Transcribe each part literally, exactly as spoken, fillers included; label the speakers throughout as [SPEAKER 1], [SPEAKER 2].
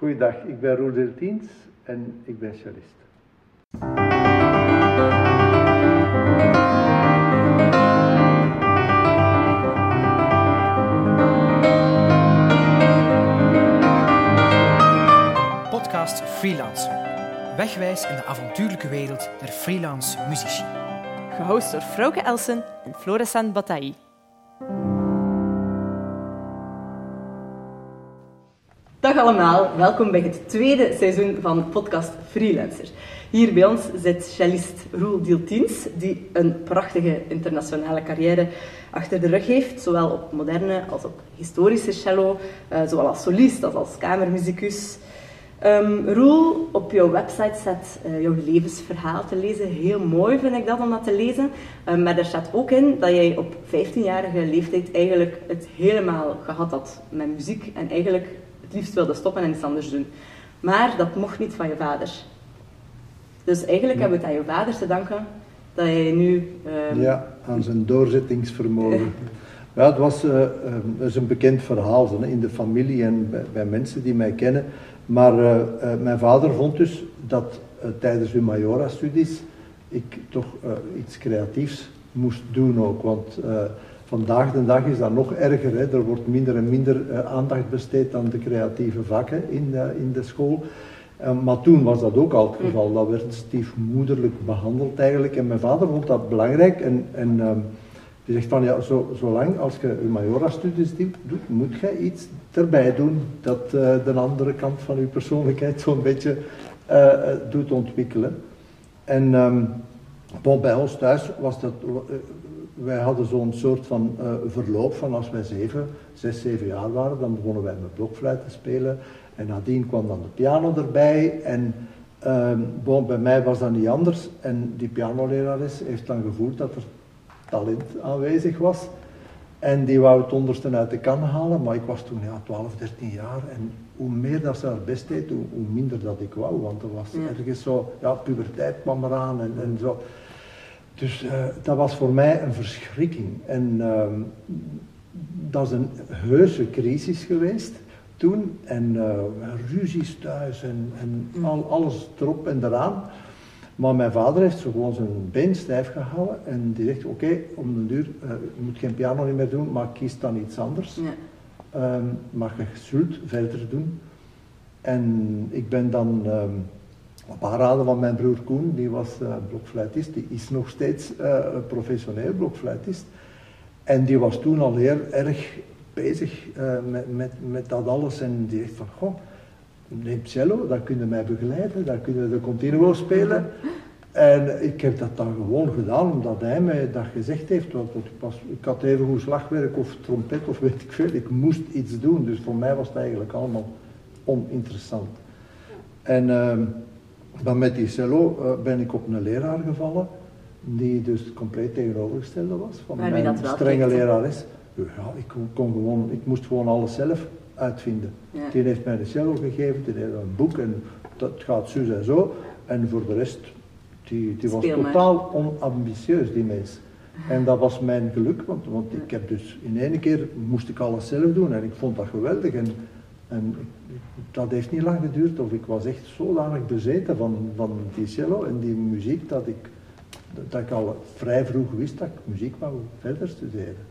[SPEAKER 1] Goeiedag, ik ben Roel Deeltiens en ik ben cellist.
[SPEAKER 2] Podcast Freelancer. Wegwijs in de avontuurlijke wereld der freelance muzici.
[SPEAKER 3] Gehost door Frauke Elsen en Florissant Bataille. Dag allemaal, welkom bij het tweede seizoen van podcast Freelancer. Hier bij ons zit cellist Roel Deeltiens, die een prachtige internationale carrière achter de rug heeft, zowel op moderne als op historische cello, uh, zowel als solist als als kamermuzikus. Um, Roel, op jouw website staat uh, jouw levensverhaal te lezen. Heel mooi vind ik dat om dat te lezen. Um, maar daar staat ook in dat jij op vijftienjarige leeftijd eigenlijk het helemaal gehad had met muziek en eigenlijk het liefst wilde stoppen en iets anders doen. Maar dat mocht niet van je vader. Dus eigenlijk nee. hebben we het aan je vader te danken dat jij nu... Um...
[SPEAKER 1] Ja, aan zijn doorzettingsvermogen. Ja, het was uh, uh, is een bekend verhaal hè, in de familie en bij, bij mensen die mij kennen. Maar uh, uh, mijn vader vond dus dat uh, tijdens uw majora-studies ik toch uh, iets creatiefs moest doen ook. Want uh, vandaag de dag is dat nog erger. Hè. Er wordt minder en minder uh, aandacht besteed aan de creatieve vakken in, uh, in de school. Uh, maar toen was dat ook al het geval. Dat werd stiefmoederlijk behandeld eigenlijk. En mijn vader vond dat belangrijk. En, en uh, die zegt van, ja, zo, zolang als je je majora-studies doet, moet je iets erbij doen dat uh, de andere kant van je persoonlijkheid zo'n beetje uh, doet ontwikkelen. En um, bon, bij ons thuis was dat, uh, wij hadden zo'n soort van uh, verloop van als wij zeven, zes, zeven jaar waren, dan begonnen wij met blokfluit te spelen. En nadien kwam dan de piano erbij en um, bon, bij mij was dat niet anders. En die pianolerares heeft dan gevoeld dat er talent aanwezig was. En die wou het onderste uit de kan halen, maar ik was toen ja, twaalf, dertien jaar. En hoe meer dat ze haar best deed, hoe, hoe minder dat ik wou. Want er was ja. ergens zo, ja, puberteit kwam eraan en, en zo. Dus uh, dat was voor mij een verschrikking. En uh, dat is een heuse crisis geweest toen. En uh, ruzies thuis en, en al, alles erop en eraan. Maar mijn vader heeft zo gewoon zijn been stijf gehouden en die zegt, oké, okay, om een uur, uh, je moet geen piano niet meer doen, maar kies dan iets anders. Ja. Um, maar je zult verder doen. En ik ben dan, um, op aanraden van mijn broer Koen, die was uh, blokfluitist, die is nog steeds uh, professioneel blokfluitist. En die was toen al heel erg bezig uh, met, met, met dat alles en die zegt van, goh, neem cello, dan kun je mij begeleiden, dan kun je de continuo spelen. En ik heb dat dan gewoon gedaan, omdat hij mij dat gezegd heeft. Want ik, was, ik had even goed slagwerk of trompet of weet ik veel, ik moest iets doen. Dus voor mij was het eigenlijk allemaal oninteressant. En uh, dan met die cello uh, ben ik op een leraar gevallen, die dus compleet tegenovergestelde was van
[SPEAKER 3] maar
[SPEAKER 1] mijn strenge
[SPEAKER 3] kijkt,
[SPEAKER 1] lerares. Ja, ik, kon, kon gewoon, ik moest gewoon alles zelf uitvinden. Ja. Die heeft mij de cello gegeven, die heeft een boek en dat gaat zus en zo. En voor de rest, die, die was totaal onambitieus, die mens. En dat was mijn geluk, want, want ik heb dus in één keer moest ik alles zelf doen en ik vond dat geweldig. En, en dat heeft niet lang geduurd of ik was echt zodanig bezeten van, van die cello en die muziek dat ik, dat ik al vrij vroeg wist dat ik muziek wou verder studeren.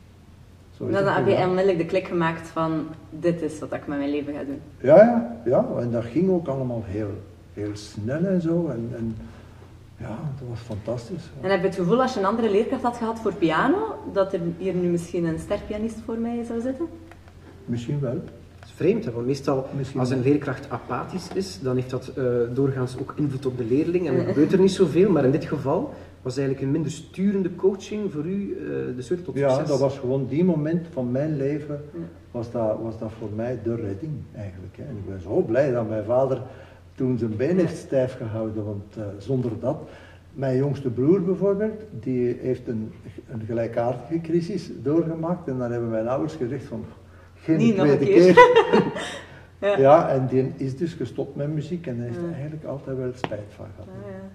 [SPEAKER 3] Dan heb je onmiddellijk de klik gemaakt van, dit is wat ik met mijn leven ga doen.
[SPEAKER 1] Ja, ja, ja. En dat ging ook allemaal heel, heel snel en zo. En, en ja, dat was fantastisch.
[SPEAKER 3] En heb je het gevoel, als je een andere leerkracht had gehad voor piano, dat er hier nu misschien een sterpianist voor mij zou zitten?
[SPEAKER 1] Misschien wel.
[SPEAKER 4] Dat is vreemd, hè? Want meestal
[SPEAKER 1] Misschien
[SPEAKER 4] als een leerkracht apathisch is, dan heeft dat uh, doorgaans ook invloed op de leerling en dan gebeurt er niet zoveel. Maar in dit geval was eigenlijk een minder sturende coaching voor u uh, de sleutel tot succes?
[SPEAKER 1] Ja, dat was gewoon die moment van mijn leven, was dat, was dat voor mij de redding eigenlijk. Hè. En ik ben zo blij dat mijn vader toen zijn been heeft stijf gehouden, want uh, zonder dat... Mijn jongste broer bijvoorbeeld, die heeft een, een gelijkaardige crisis doorgemaakt en dan hebben mijn ouders gezegd van, geen
[SPEAKER 3] Niet
[SPEAKER 1] tweede
[SPEAKER 3] nog een keer.
[SPEAKER 1] keer.
[SPEAKER 3] ja.
[SPEAKER 1] ja, en die is dus gestopt met muziek en daar heeft ja. eigenlijk altijd wel spijt van gehad.
[SPEAKER 3] Ah, ja.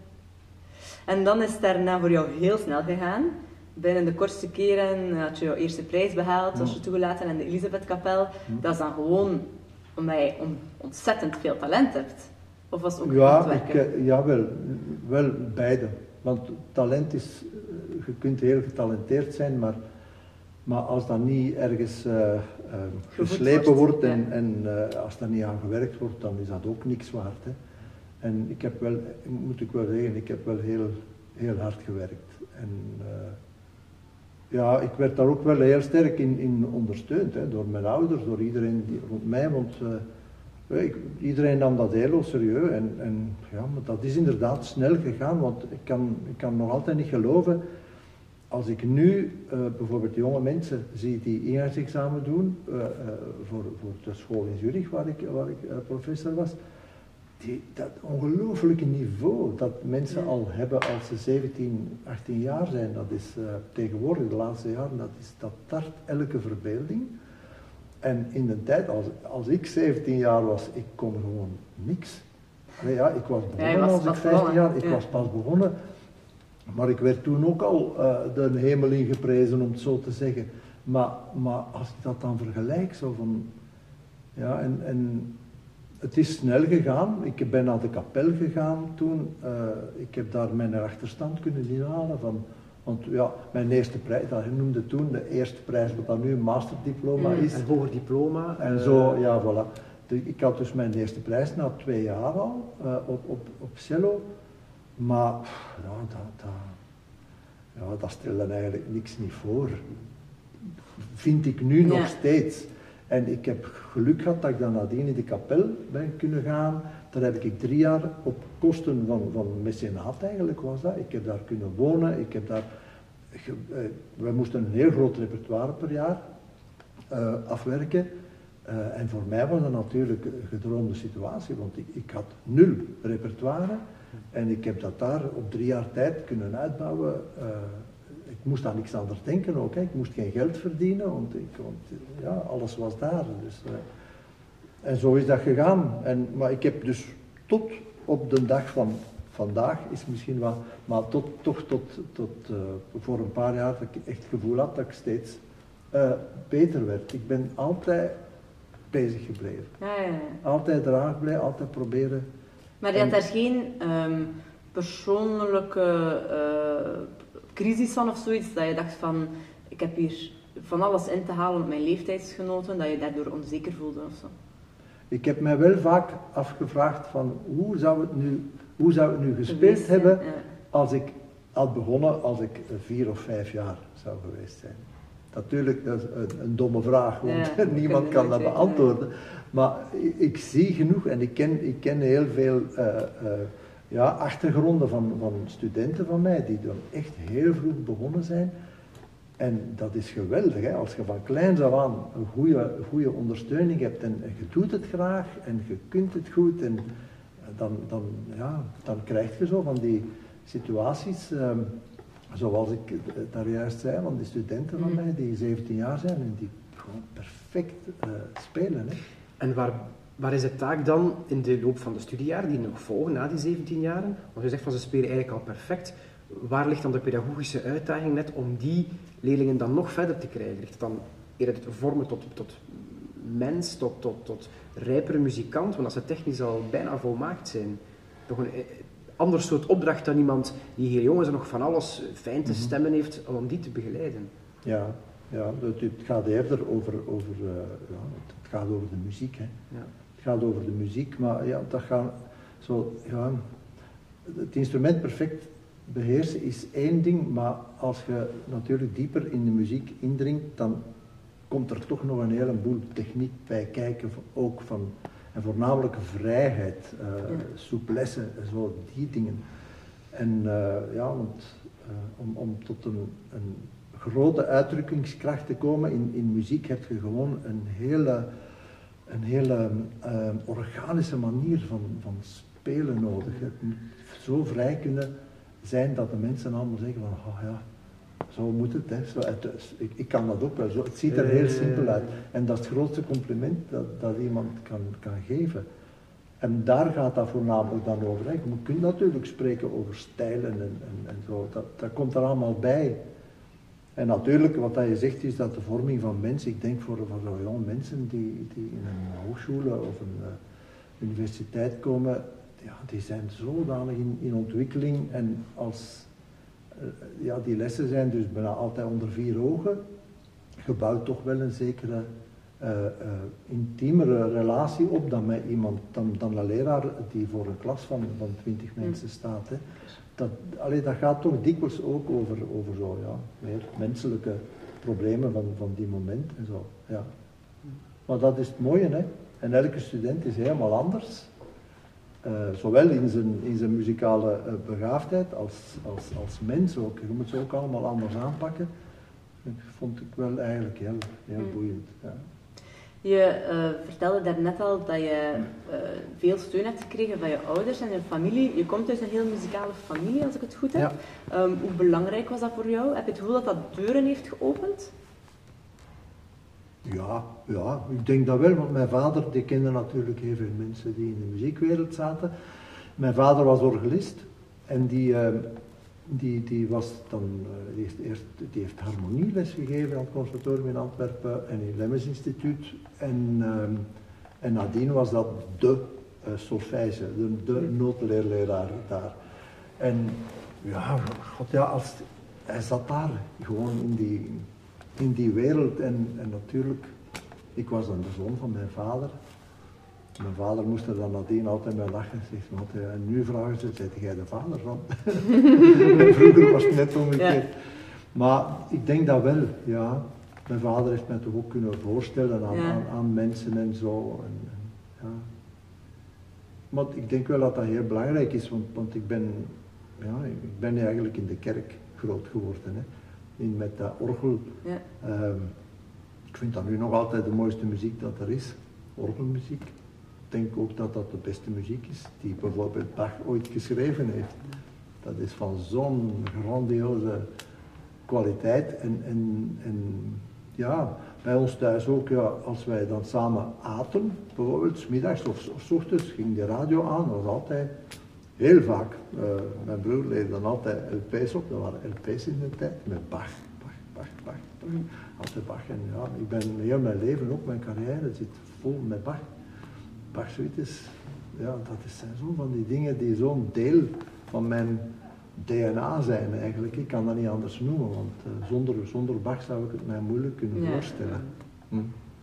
[SPEAKER 3] En dan is het daarna voor jou heel snel gegaan. Binnen de kortste keren had je jouw eerste prijs behaald, als je toegelaten aan de Elisabethkapel. Mm. Dat is dan gewoon omdat je on, ontzettend veel talent hebt? Of was het ook
[SPEAKER 1] Ja,
[SPEAKER 3] hard
[SPEAKER 1] ik,
[SPEAKER 3] werken?
[SPEAKER 1] eh, ja wel, wel beide. Want talent is, eh, je kunt heel getalenteerd zijn, maar, maar als dat niet ergens eh, eh, geslepen
[SPEAKER 3] wordt,
[SPEAKER 1] wordt en,
[SPEAKER 3] ja.
[SPEAKER 1] en eh, als daar niet aan gewerkt wordt, dan is dat ook niks waard. Hè. En ik heb wel, moet ik wel zeggen, ik heb wel heel, heel hard gewerkt. En uh, ja, ik werd daar ook wel heel sterk in, in ondersteund, hè, door mijn ouders, door iedereen die, rond mij, want uh, ik, iedereen nam dat heel serieus. En, en ja, maar dat is inderdaad snel gegaan, want ik kan, ik kan nog altijd niet geloven, als ik nu uh, bijvoorbeeld jonge mensen zie die ingangsexamen doen, uh, uh, voor, voor de school in Zurich, waar ik, waar ik uh, professor was, Die, dat ongelooflijke niveau dat mensen
[SPEAKER 3] Ja.
[SPEAKER 1] al hebben als ze zeventien, achttien jaar zijn, dat is uh, tegenwoordig, de laatste jaren, dat, is, dat tart elke verbeelding. En in de tijd, als, als ik zeventien jaar was, ik kon gewoon niks. Nee, ja, ik was begonnen
[SPEAKER 3] Ja, was
[SPEAKER 1] als ik
[SPEAKER 3] pas
[SPEAKER 1] vijftien
[SPEAKER 3] begonnen,
[SPEAKER 1] jaar, ik
[SPEAKER 3] ja.
[SPEAKER 1] was pas begonnen. Maar ik werd toen ook al uh, de hemel ingeprezen, om het zo te zeggen. Maar, maar als ik dat dan vergelijk, zo van... Ja, en... en het is snel gegaan. Ik ben naar de kapel gegaan toen. Uh, ik heb daar mijn achterstand kunnen inhalen. Van, want ja, mijn eerste prijs, dat noemde toen de eerste prijs, wat dan nu een masterdiploma
[SPEAKER 3] Mm.
[SPEAKER 1] is.
[SPEAKER 4] Een hoger diploma.
[SPEAKER 1] En
[SPEAKER 4] uh,
[SPEAKER 1] zo, ja, voilà. De, ik had dus mijn eerste prijs na twee jaar al, uh, op, op, op cello. Maar ja, dat, dat, ja, dat stelde eigenlijk niks niet voor. Vind ik nu nog
[SPEAKER 3] Ja.
[SPEAKER 1] steeds. En ik heb geluk gehad dat ik dan nadien in de kapel ben kunnen gaan. Daar heb ik drie jaar op kosten van, van mecenaat eigenlijk was dat. Ik heb daar kunnen wonen. Ik heb daar, ge, eh, we moesten een heel groot repertoire per jaar uh, afwerken. Uh, en voor mij was dat natuurlijk een gedroomde situatie, want ik, ik had nul repertoire. En ik heb dat daar op drie jaar tijd kunnen uitbouwen. Uh, Ik moest aan niks anders denken ook, hè. Ik moest geen geld verdienen, want, ik, want ja, alles was daar. Dus, uh, en zo is dat gegaan. En, maar ik heb dus tot op de dag van vandaag, is misschien wel, maar tot, toch tot, tot uh, voor een paar jaar dat ik echt het gevoel had dat ik steeds uh, beter werd. Ik ben altijd bezig gebleven.
[SPEAKER 3] Ja, ja, ja.
[SPEAKER 1] Altijd eraan gebleven, altijd proberen.
[SPEAKER 3] Maar je had
[SPEAKER 1] En-
[SPEAKER 3] daar geen um, persoonlijke uh, crisis van of zoiets, dat je dacht van, ik heb hier van alles in te halen op mijn leeftijdsgenoten, dat je daardoor onzeker voelde of zo?
[SPEAKER 1] Ik heb mij wel vaak afgevraagd van hoe zou het nu, hoe zou het nu gespeeld
[SPEAKER 3] Geweest,
[SPEAKER 1] hebben
[SPEAKER 3] ja, ja.
[SPEAKER 1] als ik had begonnen als ik vier of vijf jaar zou geweest zijn. Natuurlijk, dat is een, een domme vraag, want
[SPEAKER 3] Ja,
[SPEAKER 1] niemand
[SPEAKER 3] dat
[SPEAKER 1] kan
[SPEAKER 3] kan
[SPEAKER 1] dat
[SPEAKER 3] je nooit
[SPEAKER 1] beantwoorden. Maar ik, ik zie genoeg en ik ken, ik ken heel veel uh, uh, ja, achtergronden van, van studenten van mij die dan echt heel vroeg begonnen zijn. En dat is geweldig, hè? Als je van kleins af aan een goede, goede ondersteuning hebt en, en je doet het graag en je kunt het goed, en dan, dan, ja, dan krijg je zo van die situaties, um, zoals ik daar juist zei, van die studenten van mij die zeventien jaar zijn en die gewoon perfect uh, spelen. Hè?
[SPEAKER 4] En waar, waar is de taak dan in de loop van de studiejaren die nog volgen na die zeventien jaren? Want je zegt van ze spelen eigenlijk al perfect. Waar ligt dan de pedagogische uitdaging net om die leerlingen dan nog verder te krijgen? Ligt het dan eerder het vormen tot, tot mens, tot, tot, tot rijpere muzikant? Want als ze technisch al bijna volmaakt zijn, toch een eh, ander soort opdracht dan iemand die hier jongens nog van alles fijn te stemmen heeft om die te begeleiden.
[SPEAKER 1] Ja, ja het, het gaat eerder over, over uh, ja, het, het gaat over de muziek. Hè.
[SPEAKER 4] Ja.
[SPEAKER 1] Het gaat over de muziek, maar ja, dat gaat zo, ja, het instrument perfect beheersen is één ding, maar als je natuurlijk dieper in de muziek indringt, dan komt er toch nog een heleboel techniek bij kijken, ook van, en voornamelijk vrijheid, uh,
[SPEAKER 3] Ja.
[SPEAKER 1] souplesse, zo die dingen. En uh, ja, want uh, om, om tot een, een grote uitdrukkingskracht te komen in, in muziek heb je gewoon een hele, een hele uh, organische manier van, van spelen nodig. Het moet zo vrij kunnen zijn dat de mensen allemaal zeggen van, oh ja, zo moet het. Hè. Zo, het is, ik, ik kan dat ook wel. Zo, het ziet er heel simpel uit. En dat is het grootste compliment dat, dat iemand kan, kan geven. En daar gaat dat voornamelijk dan over. Hè. Je kunt natuurlijk spreken over stijlen en, en, en zo. Dat, dat komt er allemaal bij. En natuurlijk, wat dat je zegt, is dat de vorming van mensen, ik denk voor, voor de jonge mensen die, die in een hogeschool of een uh, universiteit komen, ja, die zijn zodanig in, in ontwikkeling en als, uh, ja, die lessen zijn dus bijna altijd onder vier ogen, gebouwd toch wel een zekere uh, uh, intiemere relatie op dan met iemand, dan, dan een leraar die voor een klas van, van twintig mensen staat. Hè. Dat, allee, dat gaat toch dikwijls ook over, over zo, ja, meer menselijke problemen van, van die moment en zo. Ja. Maar dat is het mooie, hè. En elke student is helemaal anders. Uh, zowel in zijn, in zijn muzikale uh, begaafdheid als, als, als mens ook. Je moet ze ook allemaal anders aanpakken. Dat vond ik wel eigenlijk heel, heel boeiend. Ja.
[SPEAKER 3] Je uh, vertelde daarnet al dat je uh, veel steun hebt gekregen van je ouders en je familie. Je komt uit een heel muzikale familie, als ik het goed heb. Ja. Um, hoe belangrijk was dat voor jou? Heb je het gevoel dat dat deuren heeft geopend?
[SPEAKER 1] Ja, ja, ik denk dat wel, want mijn vader, die kende natuurlijk heel veel mensen die in de muziekwereld zaten. Mijn vader was organist en die, uh, die, die was dan, uh, die, heeft eerst, die heeft harmonieles gegeven aan het conservatorium in Antwerpen en in het Lemmens Instituut. En, uh, en nadien was dat de uh, solfège, de, de notenleerleraar daar. En ja, god ja, als, hij zat daar gewoon in die... in die wereld en, en natuurlijk, ik was dan de zoon van mijn vader. Mijn vader moest er dan nadien altijd bij lachen. Zegt, want, ja, en nu vragen ze, zet jij de vader van? Vroeger was het net omgekeerd. Ja. Maar ik denk dat wel, ja. Mijn vader heeft mij toch ook kunnen voorstellen aan, ja. aan, aan mensen en zo. En, en, ja. Maar ik denk wel dat dat heel belangrijk is, want, want ik, ben, ja, ik ben eigenlijk in de kerk groot geworden. Hè. In, met dat orgel. Ja. Um, ik vind dat nu nog altijd de mooiste muziek dat er is, orgelmuziek. Ik denk ook dat dat de beste muziek is die bijvoorbeeld Bach ooit geschreven heeft. Dat is van zo'n grandioze kwaliteit en, en, en ja, bij ons thuis ook, ja, als wij dan samen aten, bijvoorbeeld 's middags of, of 's ochtends, ging de radio aan, dat was altijd heel vaak. Uh, mijn broer leerde dan altijd L P's op, dat waren L P's in de tijd, met Bach, Bach, Bach, Bach, Bach. Mm. Altijd Bach. En ja, ik ben heel mijn leven, ook mijn carrière, zit vol met Bach. Bach-suites, ja, dat zijn zo van die dingen die zo'n deel van mijn D N A zijn eigenlijk. Ik kan dat niet anders noemen, want uh, zonder, zonder Bach zou ik het mij moeilijk kunnen ja. voorstellen. Hm.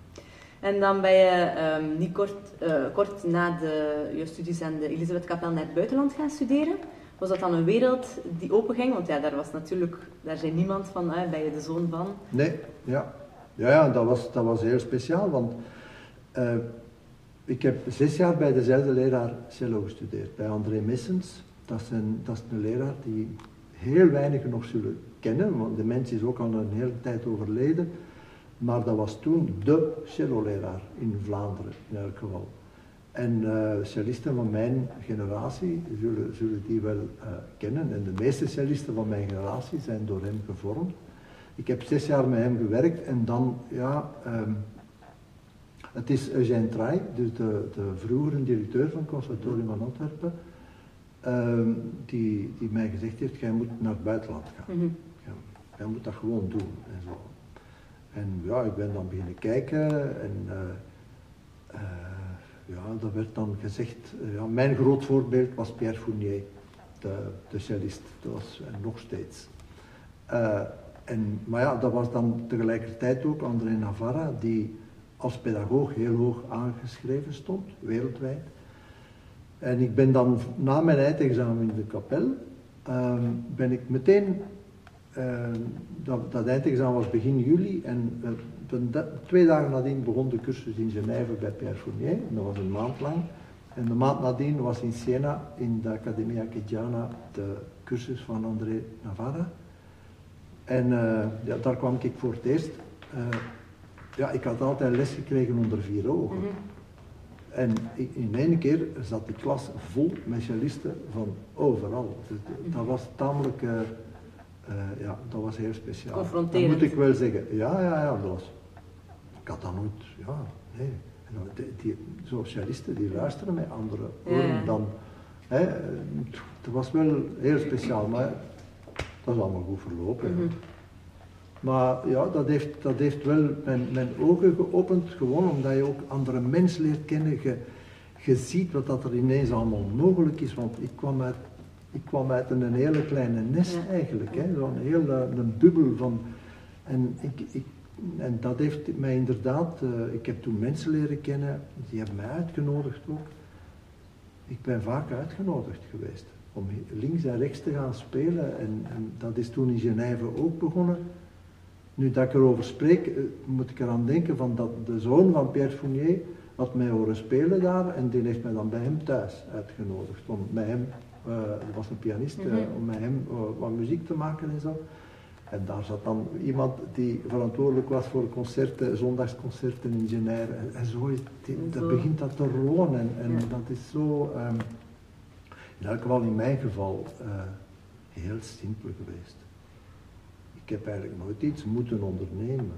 [SPEAKER 3] En dan ben je um, niet kort, uh, kort na de, je studies aan de Elisabethkapel naar het buitenland gaan studeren. Was dat dan een wereld die openging? Want ja, daar was natuurlijk, daar zei niemand van, uh, ben je de zoon van?
[SPEAKER 1] Nee, ja. Ja, ja dat, was, dat was heel speciaal, want uh, ik heb zes jaar bij dezelfde leraar cello gestudeerd, bij André Messens. Dat is, een, dat is een leraar die heel weinigen nog zullen kennen, want de mens is ook al een hele tijd overleden. Maar dat was toen de celloleraar in Vlaanderen, in elk geval. En uh, cellisten van mijn generatie zullen, zullen die wel uh, kennen. En de meeste cellisten van mijn generatie zijn door hem gevormd. Ik heb zes jaar met hem gewerkt en dan, ja... Um, het is Eugène Traay, dus de, de vroegere directeur van het Conservatorium van Antwerpen, um, die, die mij gezegd heeft, jij moet naar het buitenland gaan. Mm-hmm. jij, jij moet dat gewoon doen en zo. En ja, ik ben dan beginnen kijken en uh, uh, ja, dat werd dan gezegd, uh, ja, mijn groot voorbeeld was Pierre Fournier, de, de cellist, dat was uh, nog steeds. Uh, en, maar ja, dat was dan tegelijkertijd ook André Navarra, die als pedagoog heel hoog aangeschreven stond, wereldwijd. En ik ben dan na mijn eindexamen in de kapel, uh, ben ik meteen... Uh, dat, dat eindexamen was begin juli en uh, de, twee dagen nadien begon de cursus in Genève bij Pierre Fournier, dat was een maand lang. En de maand nadien was in Siena, in de Accademia Chigiana, de cursus van André Navarra. En uh, ja, daar kwam ik voor het eerst. Uh, ja, ik had altijd les gekregen onder vier ogen. Mm-hmm. En in één keer zat die klas vol met cellisten van overal. Dus dat was tamelijk... Uh, Uh, ja, dat was heel speciaal.
[SPEAKER 3] Confronterend.
[SPEAKER 1] Dat moet ik wel zeggen. Ja, ja, ja, dat was... Ik had dat nooit... Ja, nee. En dan, die, die socialisten, die luisteren met andere oren ja. dan... Hè, het was wel heel speciaal, maar dat is allemaal goed verlopen. Mm-hmm. Maar ja, dat heeft, dat heeft wel mijn, mijn ogen geopend, gewoon omdat je ook andere mensen leert kennen. Je, je ziet wat dat er ineens allemaal mogelijk is, want ik kwam uit, ik kwam uit een hele kleine nest
[SPEAKER 3] Ja.
[SPEAKER 1] eigenlijk, hè, zo'n hele een bubbel van... En, ik, ik, en dat heeft mij inderdaad, uh, ik heb toen mensen leren kennen, die hebben mij uitgenodigd ook. Ik ben vaak uitgenodigd geweest om links en rechts te gaan spelen en, en dat is toen in Genève ook begonnen. Nu dat ik erover spreek, uh, moet ik eraan denken van dat de zoon van Pierre Fournier had mij horen spelen daar en die heeft mij dan bij hem thuis uitgenodigd om met hem, uh, dat was een pianist, uh,
[SPEAKER 3] Mm-hmm.
[SPEAKER 1] om met hem uh, wat muziek te maken en zo. En daar zat dan iemand die verantwoordelijk was voor concerten, zondagsconcerten in Genève. En, en zo, is die,
[SPEAKER 3] En
[SPEAKER 1] dat
[SPEAKER 3] zo.
[SPEAKER 1] begint dat te rollen. En, en
[SPEAKER 3] Ja.
[SPEAKER 1] dat is zo, um, in elk geval in mijn geval, uh, heel simpel geweest. Ik heb eigenlijk nooit iets moeten ondernemen.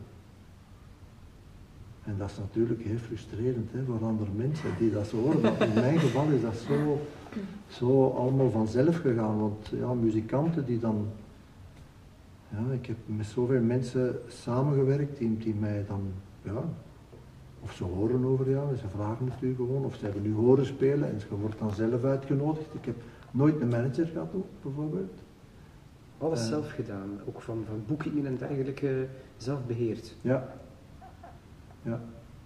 [SPEAKER 1] En dat is natuurlijk heel frustrerend hè, voor andere mensen die dat zo horen. Maar in mijn geval is dat zo, zo allemaal vanzelf gegaan. Want ja, muzikanten die dan... Ja, ik heb met zoveel mensen samengewerkt die, die mij dan, ja, of ze horen over jou en ze vragen het u gewoon, of ze hebben u horen spelen en je wordt dan zelf uitgenodigd. Ik heb nooit een manager gehad ook, bijvoorbeeld.
[SPEAKER 4] Alles
[SPEAKER 1] Uh,
[SPEAKER 4] zelf gedaan, ook van, van boekingen en dergelijke, zelf beheerd.
[SPEAKER 1] Ja. Ja.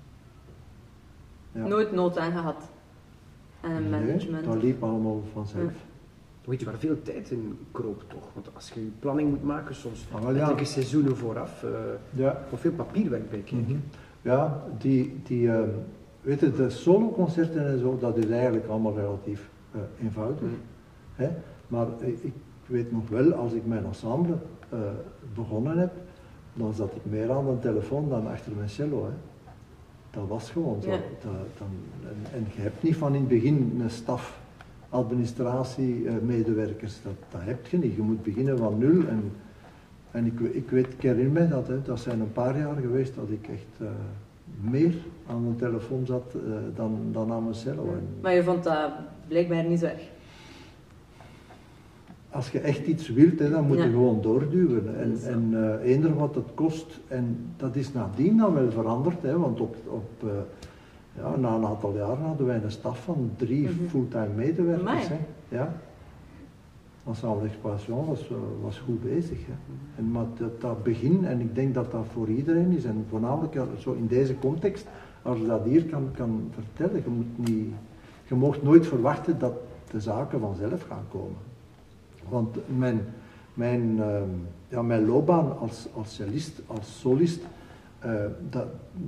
[SPEAKER 1] Ja.
[SPEAKER 3] Nooit nood aan gehad. En een
[SPEAKER 1] Nee,
[SPEAKER 3] management.
[SPEAKER 1] dat liep allemaal vanzelf.
[SPEAKER 4] Weet je waar veel tijd in kroop toch? Want als je je planning moet maken, soms
[SPEAKER 1] Ah, wel, ja.
[SPEAKER 4] ja. seizoenen vooraf, uh,
[SPEAKER 1] Ja.
[SPEAKER 4] of veel papierwerk bij kijken.
[SPEAKER 1] Mhm. Ja, die, die uh, weet je, de soloconcerten en zo, dat is eigenlijk allemaal relatief uh, eenvoudig.
[SPEAKER 4] Mhm.
[SPEAKER 1] Hè? Maar uh, ik weet nog wel, als ik mijn ensemble uh, begonnen heb, dan zat ik meer aan de telefoon dan achter mijn cello. Hè? Dat was gewoon zo.
[SPEAKER 3] Ja.
[SPEAKER 1] Dat, dan, en, en je hebt niet van in het begin een staf, administratie, uh, medewerkers, dat, dat heb je niet. Je moet beginnen van nul. En, en ik, ik weet, ik herinner mij dat, hè, dat zijn een paar jaar geweest dat ik echt uh, meer aan de telefoon zat uh, dan, dan aan mijn cello.
[SPEAKER 3] Ja.
[SPEAKER 1] En
[SPEAKER 3] Maar je vond dat blijkbaar niet zo erg.
[SPEAKER 1] als je echt iets wilt, hè, dan moet je
[SPEAKER 3] Ja.
[SPEAKER 1] gewoon doorduwen. En,
[SPEAKER 3] Dat is zo.
[SPEAKER 1] en uh, eender wat het kost. En dat is nadien dan wel veranderd, hè, want op, op, uh, ja, na een aantal jaren hadden wij een staf van drie
[SPEAKER 3] Mhm.
[SPEAKER 1] fulltime medewerkers.
[SPEAKER 3] Amai.
[SPEAKER 1] Hè. Ja. Ensemble Expansion was, uh, was goed bezig. Hè. En, maar dat, dat begin, en ik denk dat dat voor iedereen is, en voornamelijk uh, zo in deze context, als je dat hier kan, kan vertellen, je moet niet, je mag nooit verwachten dat de zaken vanzelf gaan komen. Want mijn, mijn, uh, ja, mijn loopbaan als, als cellist, als solist, uh, dat,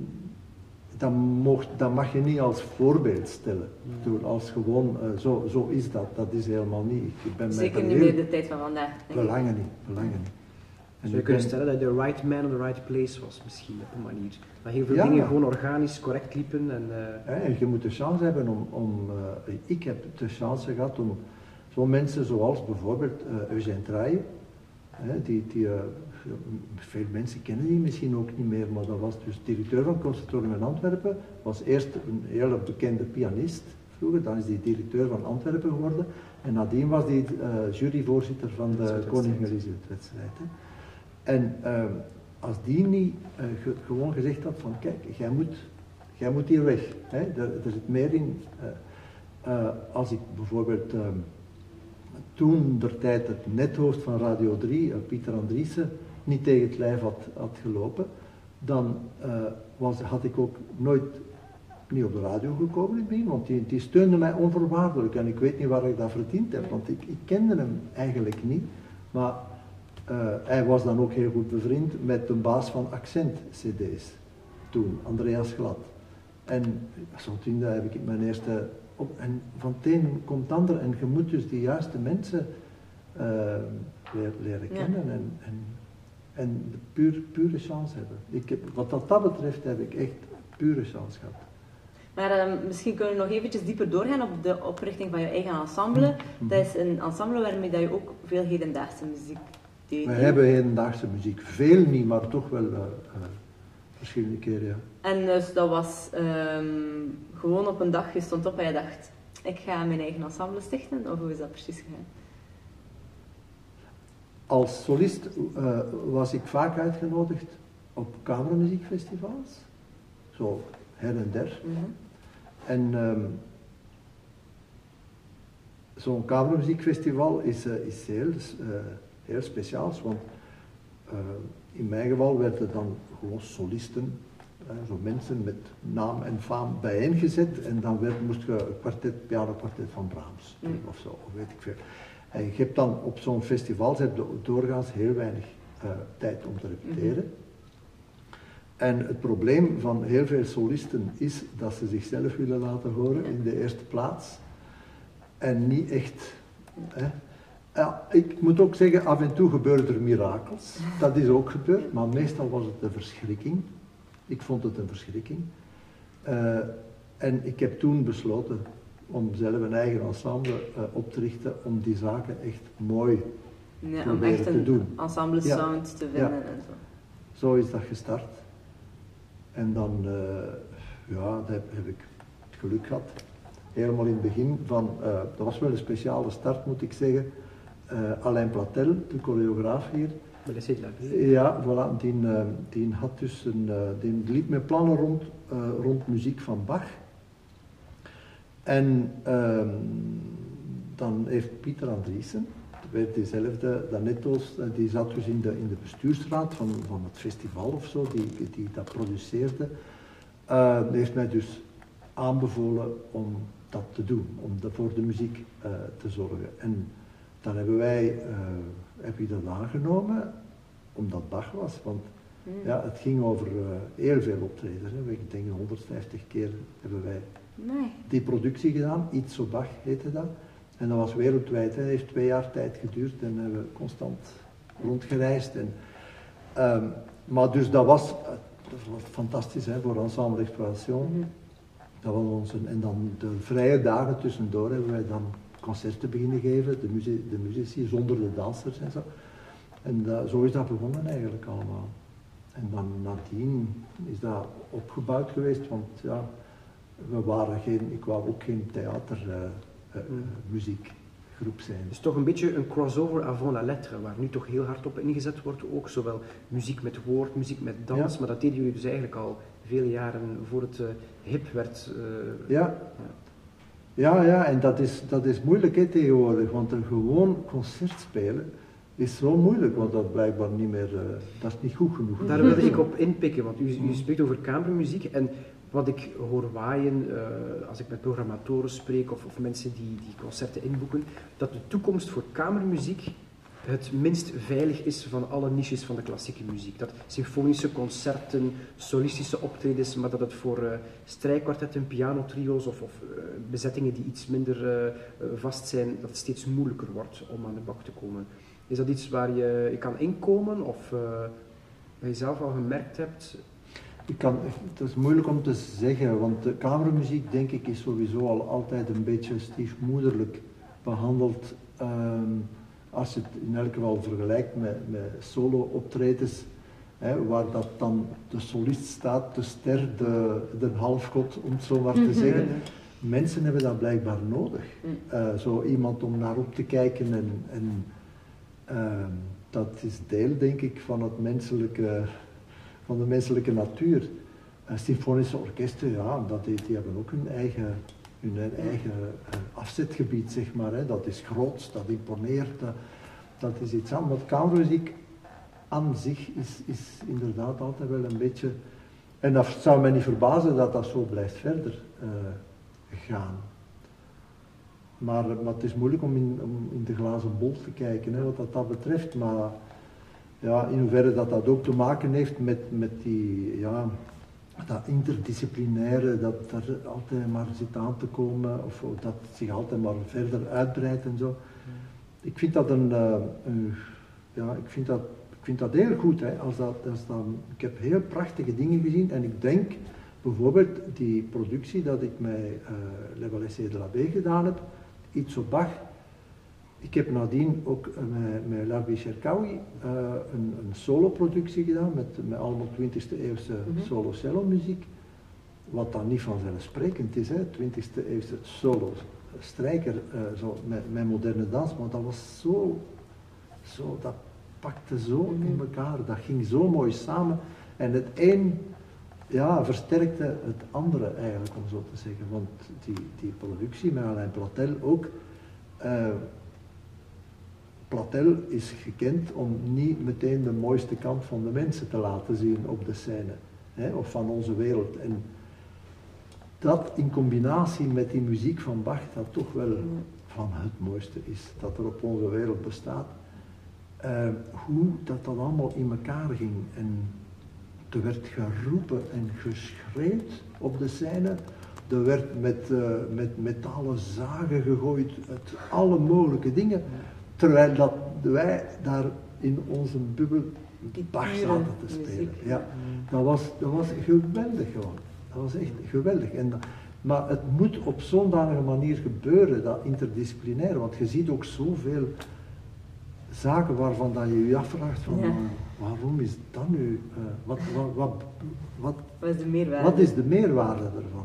[SPEAKER 1] dat, mocht, dat mag je niet als voorbeeld stellen. Door als gewoon, uh, zo, zo is dat, dat is helemaal niet. Ik ben
[SPEAKER 3] Zeker
[SPEAKER 1] mij
[SPEAKER 3] niet
[SPEAKER 1] heel-
[SPEAKER 3] meer de tijd van vandaag. denk ik.
[SPEAKER 1] Belangen niet, belangen niet. En
[SPEAKER 4] Zou je
[SPEAKER 1] ik
[SPEAKER 4] kunnen
[SPEAKER 1] ben-
[SPEAKER 4] stellen dat je de right man on the right place was, misschien op een manier. Dat heel veel
[SPEAKER 1] Ja.
[SPEAKER 4] dingen gewoon organisch correct liepen en... uh,
[SPEAKER 1] Ja, en je moet de chance hebben om, om uh, ik heb de chance gehad om zo'n mensen zoals bijvoorbeeld uh, Eugène Traille, hè, die, die uh, veel mensen kennen die misschien ook niet meer, maar dat was dus directeur van het Conservatorium in Antwerpen, was eerst een hele bekende pianist vroeger, dan is hij directeur van Antwerpen geworden en nadien was hij uh, juryvoorzitter van de
[SPEAKER 4] Elisabeth
[SPEAKER 1] Koningin
[SPEAKER 4] wedstrijd.
[SPEAKER 1] Elisabeth-wedstrijd. hè. En uh, als die niet uh, ge- gewoon gezegd had van kijk, jij moet, jij moet hier weg, hè? Er, er zit meer in. Uh, uh, als ik bijvoorbeeld uh, toen der tijd het nethoofd van Radio drie, uh, Pieter Andriessen, niet tegen het lijf had, had gelopen, dan uh, was, had ik ook nooit niet op de radio gekomen in het begin, want die, die steunde mij onvoorwaardelijk en ik weet niet waar ik dat verdiend heb, want ik, ik kende hem eigenlijk niet, maar uh, hij was dan ook heel goed bevriend met de baas van Accent C D's, toen, Andreas Glad. En zodoende heb ik mijn eerste, op, en van het een komt het ander en je moet dus de juiste mensen uh, leren, leren
[SPEAKER 3] Ja.
[SPEAKER 1] kennen en, en, en de puur, pure chance hebben. Ik heb, wat dat, dat betreft heb ik echt pure chance gehad.
[SPEAKER 3] Maar uh, misschien kunnen we nog eventjes dieper doorgaan op de oprichting van je eigen ensemble.
[SPEAKER 1] Mhm.
[SPEAKER 3] Dat is een ensemble waarmee dat je ook veel hedendaagse muziek deed.
[SPEAKER 1] We hebben hedendaagse muziek, veel niet, maar toch wel uh, uh, verschillende keren, ja.
[SPEAKER 3] En dus dat was um, gewoon op een dag, je stond op en je dacht, ik ga mijn eigen ensemble stichten, of hoe is dat precies gegaan?
[SPEAKER 1] als solist uh, was ik vaak uitgenodigd op kamermuziekfestivals, zo her en der. Mm-hmm. En um, zo'n kamermuziekfestival is, uh, is heel, uh, heel speciaals, want uh, in mijn geval werden dan gewoon solisten, uh, zo mensen met naam en faam bijeengezet en dan werd, moest je een kwartet, pianokwartet van Brahms mm. of zo, of weet ik veel. En je hebt dan op zo'n festival heb je doorgaans heel weinig uh, tijd om te repeteren. Mm-hmm. En het probleem van heel veel solisten is dat ze zichzelf willen laten horen in de eerste plaats. En niet echt. Hè. Ja, ik moet ook zeggen, af en toe gebeuren er mirakels. Dat is ook gebeurd, maar meestal was het een verschrikking. Ik vond het een verschrikking. Uh, en ik heb toen besloten om zelf een eigen ensemble uh, op te richten, om die zaken echt mooi
[SPEAKER 3] ja, om echt een
[SPEAKER 1] te doen.
[SPEAKER 3] ensemble sound
[SPEAKER 1] ja.
[SPEAKER 3] te vinden
[SPEAKER 1] ja.
[SPEAKER 3] en zo.
[SPEAKER 1] Zo is dat gestart. En dan, uh, ja, dat heb, heb ik het geluk gehad. Helemaal in het begin van, uh, dat was wel een speciale start moet ik zeggen. Uh, Alain Platel, de choreograaf hier. Ja, voilà, die, uh, die had dus een, uh, die liep met plannen rond, uh, rond muziek van Bach. En uh, dan heeft Pieter Andriessen, werd diezelfde, Danetto's, die zat dus in de, in de bestuursraad van, van het festival of zo, die, die dat produceerde. Uh, die heeft mij dus aanbevolen om dat te doen, om de, voor de muziek uh, te zorgen. En dan hebben wij, uh, heb ik dat aangenomen, omdat Bach was, want mm. ja, het ging over uh, heel veel optredens. Hè. Ik denk honderdvijftig keer hebben wij nee. die productie gedaan, Iets op Bach heette dat. En dat was wereldwijd, het heeft twee jaar tijd geduurd en hebben we constant rondgereisd. En, um, maar dus dat was, uh, dat was fantastisch hè, voor Ensemble Exploration. Mm-hmm. Dat was onze, en dan de vrije dagen tussendoor hebben wij dan concerten beginnen geven, de, muzie, de muzici zonder de dansers en zo. En uh, zo is dat begonnen eigenlijk allemaal. En dan nadien is dat opgebouwd geweest, want ja, we waren geen, ik wou ook geen theater... Uh, Uh, uh, muziekgroep zijn.
[SPEAKER 4] Dus toch een beetje een crossover avant la lettre, waar nu toch heel hard op ingezet wordt, ook zowel muziek met woord, muziek met dans, ja. maar dat deden jullie dus eigenlijk al vele jaren voor het uh, hip werd. Uh,
[SPEAKER 1] ja. ja, ja, ja, en dat is, dat is moeilijk hè, tegenwoordig, want een gewoon concert spelen is zo moeilijk, want dat blijkbaar niet meer, uh, dat is niet goed genoeg.
[SPEAKER 4] Daar wilde ik op inpikken, want u, u spreekt over kamermuziek en wat ik hoor waaien uh, als ik met programmatoren spreek of, of mensen die, die concerten inboeken, dat de toekomst voor kamermuziek het minst veilig is van alle niches van de klassieke muziek. Dat symfonische concerten, solistische optredens, maar dat het voor uh, strijkkwartetten, pianotrio's of, of uh, bezettingen die iets minder uh, vast zijn, dat het steeds moeilijker wordt om aan de bak te komen. Is dat iets waar je, je kan inkomen of uh, wat je zelf al gemerkt hebt?
[SPEAKER 1] Ik kan, het is moeilijk om te zeggen, want de kamermuziek denk ik is sowieso al altijd een beetje stiefmoederlijk behandeld. Um, als je het in elk geval vergelijkt met, met solo-optredens, hè, waar dat dan de solist staat, de ster, de, de halfgod, om het zo maar te zeggen. Mensen hebben dat blijkbaar nodig. Uh, zo iemand om naar op te kijken en, en uh, dat is deel, denk ik, van het menselijke... van de menselijke natuur. Uh, symfonische orkesten, ja, dat, die, die hebben ook hun eigen, hun eigen uh, afzetgebied, zeg maar. Hè. Dat is groot, dat imponeert, dat, dat is iets anders. Maar kamermuziek aan zich is, is inderdaad altijd wel een beetje... En dat zou mij niet verbazen dat dat zo blijft verder uh, gaan. Maar, maar het is moeilijk om in, om in de glazen bol te kijken, hè, wat dat, dat betreft. Maar ja, in hoeverre dat dat ook te maken heeft met, met die, ja, dat interdisciplinaire, dat er altijd maar zit aan te komen, of dat zich altijd maar verder uitbreidt en zo. Ik vind dat een, uh, een ja, ik vind dat, ik vind dat heel goed, hè, als dat, als dat, ik heb heel prachtige dingen gezien en ik denk bijvoorbeeld die productie dat ik met uh, Le Ballet de la B gedaan heb, Iets op Bach. Ik heb nadien ook uh, met, met Larbi Cherkaoui uh, een, een solo-productie gedaan met, met allemaal twintigste eeuwse mm-hmm. solo-cello muziek. Wat dan niet vanzelfsprekend is, hè, twintigste eeuwse solo-strijker uh, zo, met, met moderne dans, maar dat was zo, zo dat pakte zo in elkaar, dat ging zo mooi samen. En het een ja, versterkte het andere eigenlijk, om zo te zeggen. Want die, die productie met Alain Platel ook... Uh, Platel is gekend om niet meteen de mooiste kant van de mensen te laten zien op de scène. Hè, of van onze wereld. En dat in combinatie met die muziek van Bach, dat toch wel van het mooiste is dat er op onze wereld bestaat. Uh, hoe dat dat allemaal in elkaar ging. En er werd geroepen en geschreeuwd op de scène. Er werd met, uh, met metalen zagen gegooid, uit alle mogelijke dingen. Terwijl dat wij daar in onze bubbel Bach zaten te spelen. Ja, dat was, dat was geweldig gewoon. Dat was echt geweldig. En, maar het moet op zo'n danige manier gebeuren, dat interdisciplinair. Want je ziet ook zoveel zaken waarvan dat je je afvraagt van, ja. uh, waarom is dat nu? Uh, wat, wat, wat, wat,
[SPEAKER 3] wat is de meerwaarde?
[SPEAKER 1] Wat is de meerwaarde ervan?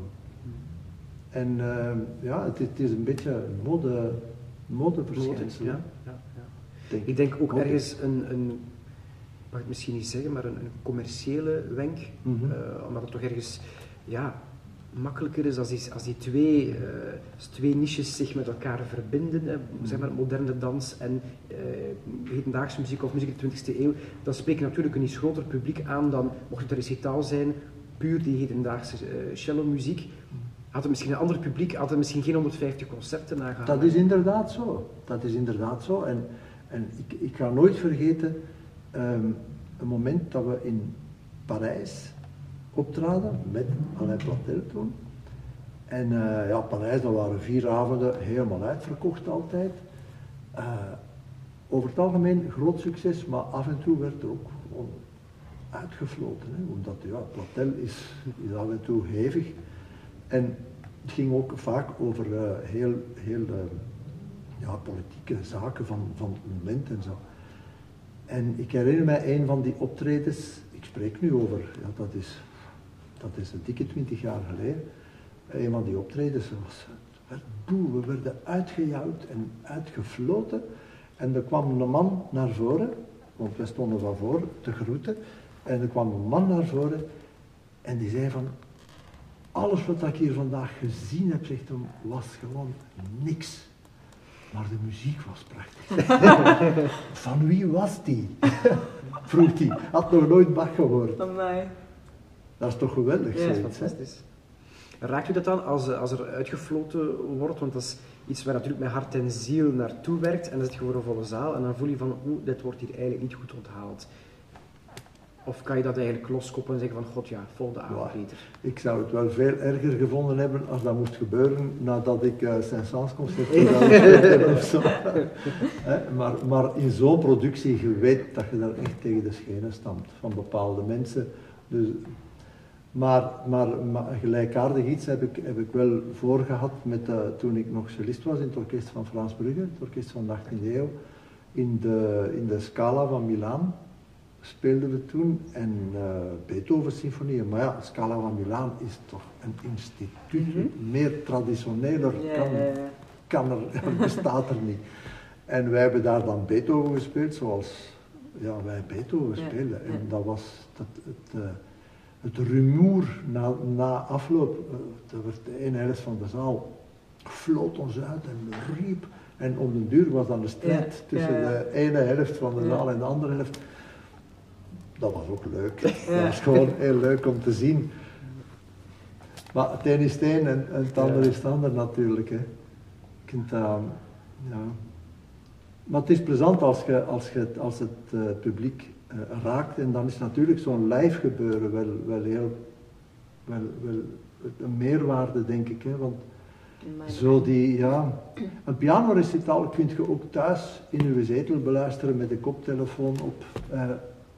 [SPEAKER 1] En uh, ja, het, het is een beetje een mode, modeverschijnsel.
[SPEAKER 4] Ja, ja, ja. Denk, ik denk ook hoop ergens ik. een, een, ik mag het misschien niet zeggen, maar een, een commerciële wenk. Mm-hmm. uh, omdat het toch ergens ja, makkelijker is als die, als die twee, uh, als twee niches zich met elkaar verbinden. Hè, mm-hmm. Zeg maar moderne dans en uh, hedendaagse muziek of muziek uit de twintigste eeuw. Dan spreek je natuurlijk een iets groter publiek aan dan, mocht het een recitaal zijn, puur die hedendaagse uh, cello muziek. Had het misschien een ander publiek, had het misschien geen honderdvijftig concerten nagehaald.
[SPEAKER 1] Dat is inderdaad zo. Dat is inderdaad zo. En, en ik, ik ga nooit vergeten um, een moment dat we in Parijs optraden met Alain Platel toen. En uh, ja, Parijs, dat waren vier avonden, helemaal uitverkocht altijd. Uh, over het algemeen groot succes, maar af en toe werd er ook gewoon uitgefloten. Hè, omdat ja, Platel is, is af en toe hevig. En het ging ook vaak over uh, heel, heel uh, ja, politieke zaken van, van het moment en zo. En ik herinner mij een van die optredens, ik spreek nu over, ja, dat is, dat is een dikke twintig jaar geleden. Een van die optredens was, het werd boe, we werden uitgejouwd en uitgefloten. En er kwam een man naar voren, want wij stonden van voor te groeten. En er kwam een man naar voren en die zei van, alles wat ik hier vandaag gezien heb, zegt hem, was gewoon niks. Maar de muziek was prachtig. Van wie was die? Vroeg hij. Had nog nooit Bach gehoord.
[SPEAKER 3] Van mij.
[SPEAKER 1] Dat is toch geweldig,
[SPEAKER 4] ja, zoiets, dat is fantastisch. Hè? Raakt u dat dan als, als er uitgefloten wordt? Want dat is iets waar natuurlijk met hart en ziel naartoe werkt. En dan zit je voor een volle zaal en dan voel je van, oeh, dit wordt hier eigenlijk niet goed onthaald. Of kan je dat eigenlijk loskoppen en zeggen van, god ja, volgende avond beter?
[SPEAKER 1] Ik zou het wel veel erger gevonden hebben als dat moest gebeuren nadat ik uh, Saint-Saëns concert gedaan heb of zo. He, maar, maar in zo'n productie, je weet dat je daar echt tegen de schenen stamt van bepaalde mensen. Dus, maar, maar, maar gelijkaardig iets heb ik, heb ik wel voorgehad met, uh, toen ik nog cellist was in het orkest van Frans Brugge, het orkest van de achttiende eeuw, in de, in de Scala van Milaan. Speelden we toen en uh, Beethoven-symfonieën. Maar ja, Scala van Milaan is toch een instituut. Mm-hmm. Meer traditioneler kan, ja, ja, ja. kan er, bestaat er niet. En wij hebben daar dan Beethoven gespeeld zoals ja, wij Beethoven ja, spelen. En ja. dat was dat, het, uh, het rumoer na, na afloop. Uh, dat werd de ene helft van de zaal floot ons uit en riep. En om den duur was dan de strijd ja, tussen ja, ja. de ene helft van de ja. zaal en de andere helft. Dat was ook leuk. Ja. Dat was gewoon heel leuk om te zien. Maar het een is het een en, en het ander ja. is het ander natuurlijk. Hè. Je kunt, uh, ja. Maar het is plezant als, je, als, je, als het uh, publiek uh, raakt. En dan is natuurlijk zo'n live gebeuren wel, wel heel wel, wel een meerwaarde, denk ik. Hè. Want zo die, ja, een pianorecitaal kun je ook thuis in uw zetel beluisteren met de koptelefoon op. Uh,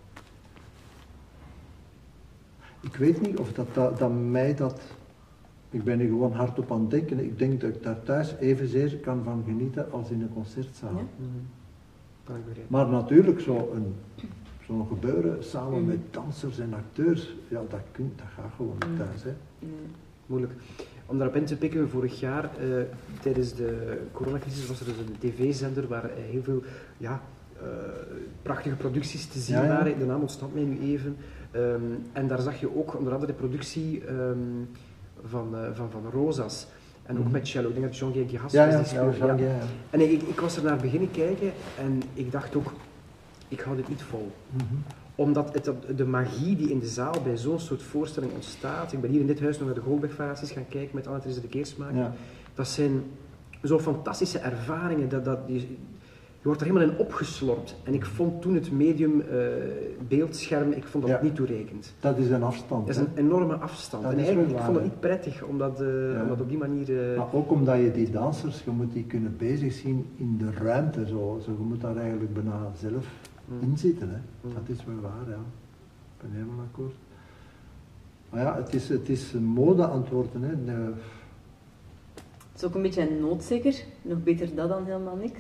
[SPEAKER 1] Ik weet niet of dat, dat, dat mij dat... Ik ben er gewoon hardop aan het denken. Ik denk dat ik daar thuis evenzeer kan van genieten als in een concertzaal. Ja? Mm-hmm. Maar natuurlijk zo'n zo gebeuren samen mm-hmm. met dansers en acteurs, ja, dat, kun, dat gaat gewoon niet thuis. Hè.
[SPEAKER 3] Nee.
[SPEAKER 4] Moeilijk. Om daarop in te pikken, vorig jaar, uh, tijdens de coronacrisis was er dus een tv-zender waar uh, heel veel... Ja, uh, prachtige producties te zien
[SPEAKER 1] ja, ja.
[SPEAKER 4] waren. De naam ontstaat mij nu even. Um, en daar zag je ook onder andere de productie um, van, uh, van, van Rosas. En ook mm-hmm. met cello. Ik denk dat Jean-Guy Giras
[SPEAKER 1] ja,
[SPEAKER 4] was
[SPEAKER 1] ja,
[SPEAKER 4] die speelde.
[SPEAKER 1] ja, ja.
[SPEAKER 4] Ja. En ik, ik was er naar beginnen kijken en ik dacht ook, ik hou dit niet vol. Mm-hmm. Omdat het, de magie die in de zaal bij zo'n soort voorstelling ontstaat. Ik ben hier in dit huis nog naar de Goldberg-variaties gaan kijken met Anne-Therese de Keersmaker. Ja. Dat zijn zo fantastische ervaringen. Dat, dat, je, je wordt er helemaal in opgeslorpt. En ik vond toen het medium uh, beeldscherm, ik vond dat ja. niet toereikend.
[SPEAKER 1] Dat is een afstand.
[SPEAKER 4] Dat is een enorme afstand. Dat en eigenlijk, ik vond dat niet prettig, omdat uh, ja. omdat op die manier... Uh,
[SPEAKER 1] maar ook omdat je die dansers, je moet die kunnen bezig zien in de ruimte. Zo. Zo, je moet daar eigenlijk bijna zelf mm. in zitten. Hè. Mm. Dat is wel waar, ja. Ik ben helemaal akkoord. Maar ja, het is, het is een modeantwoorden. Hè. De...
[SPEAKER 3] Het is ook een beetje een noodzeker. Nog beter dat dan helemaal niks.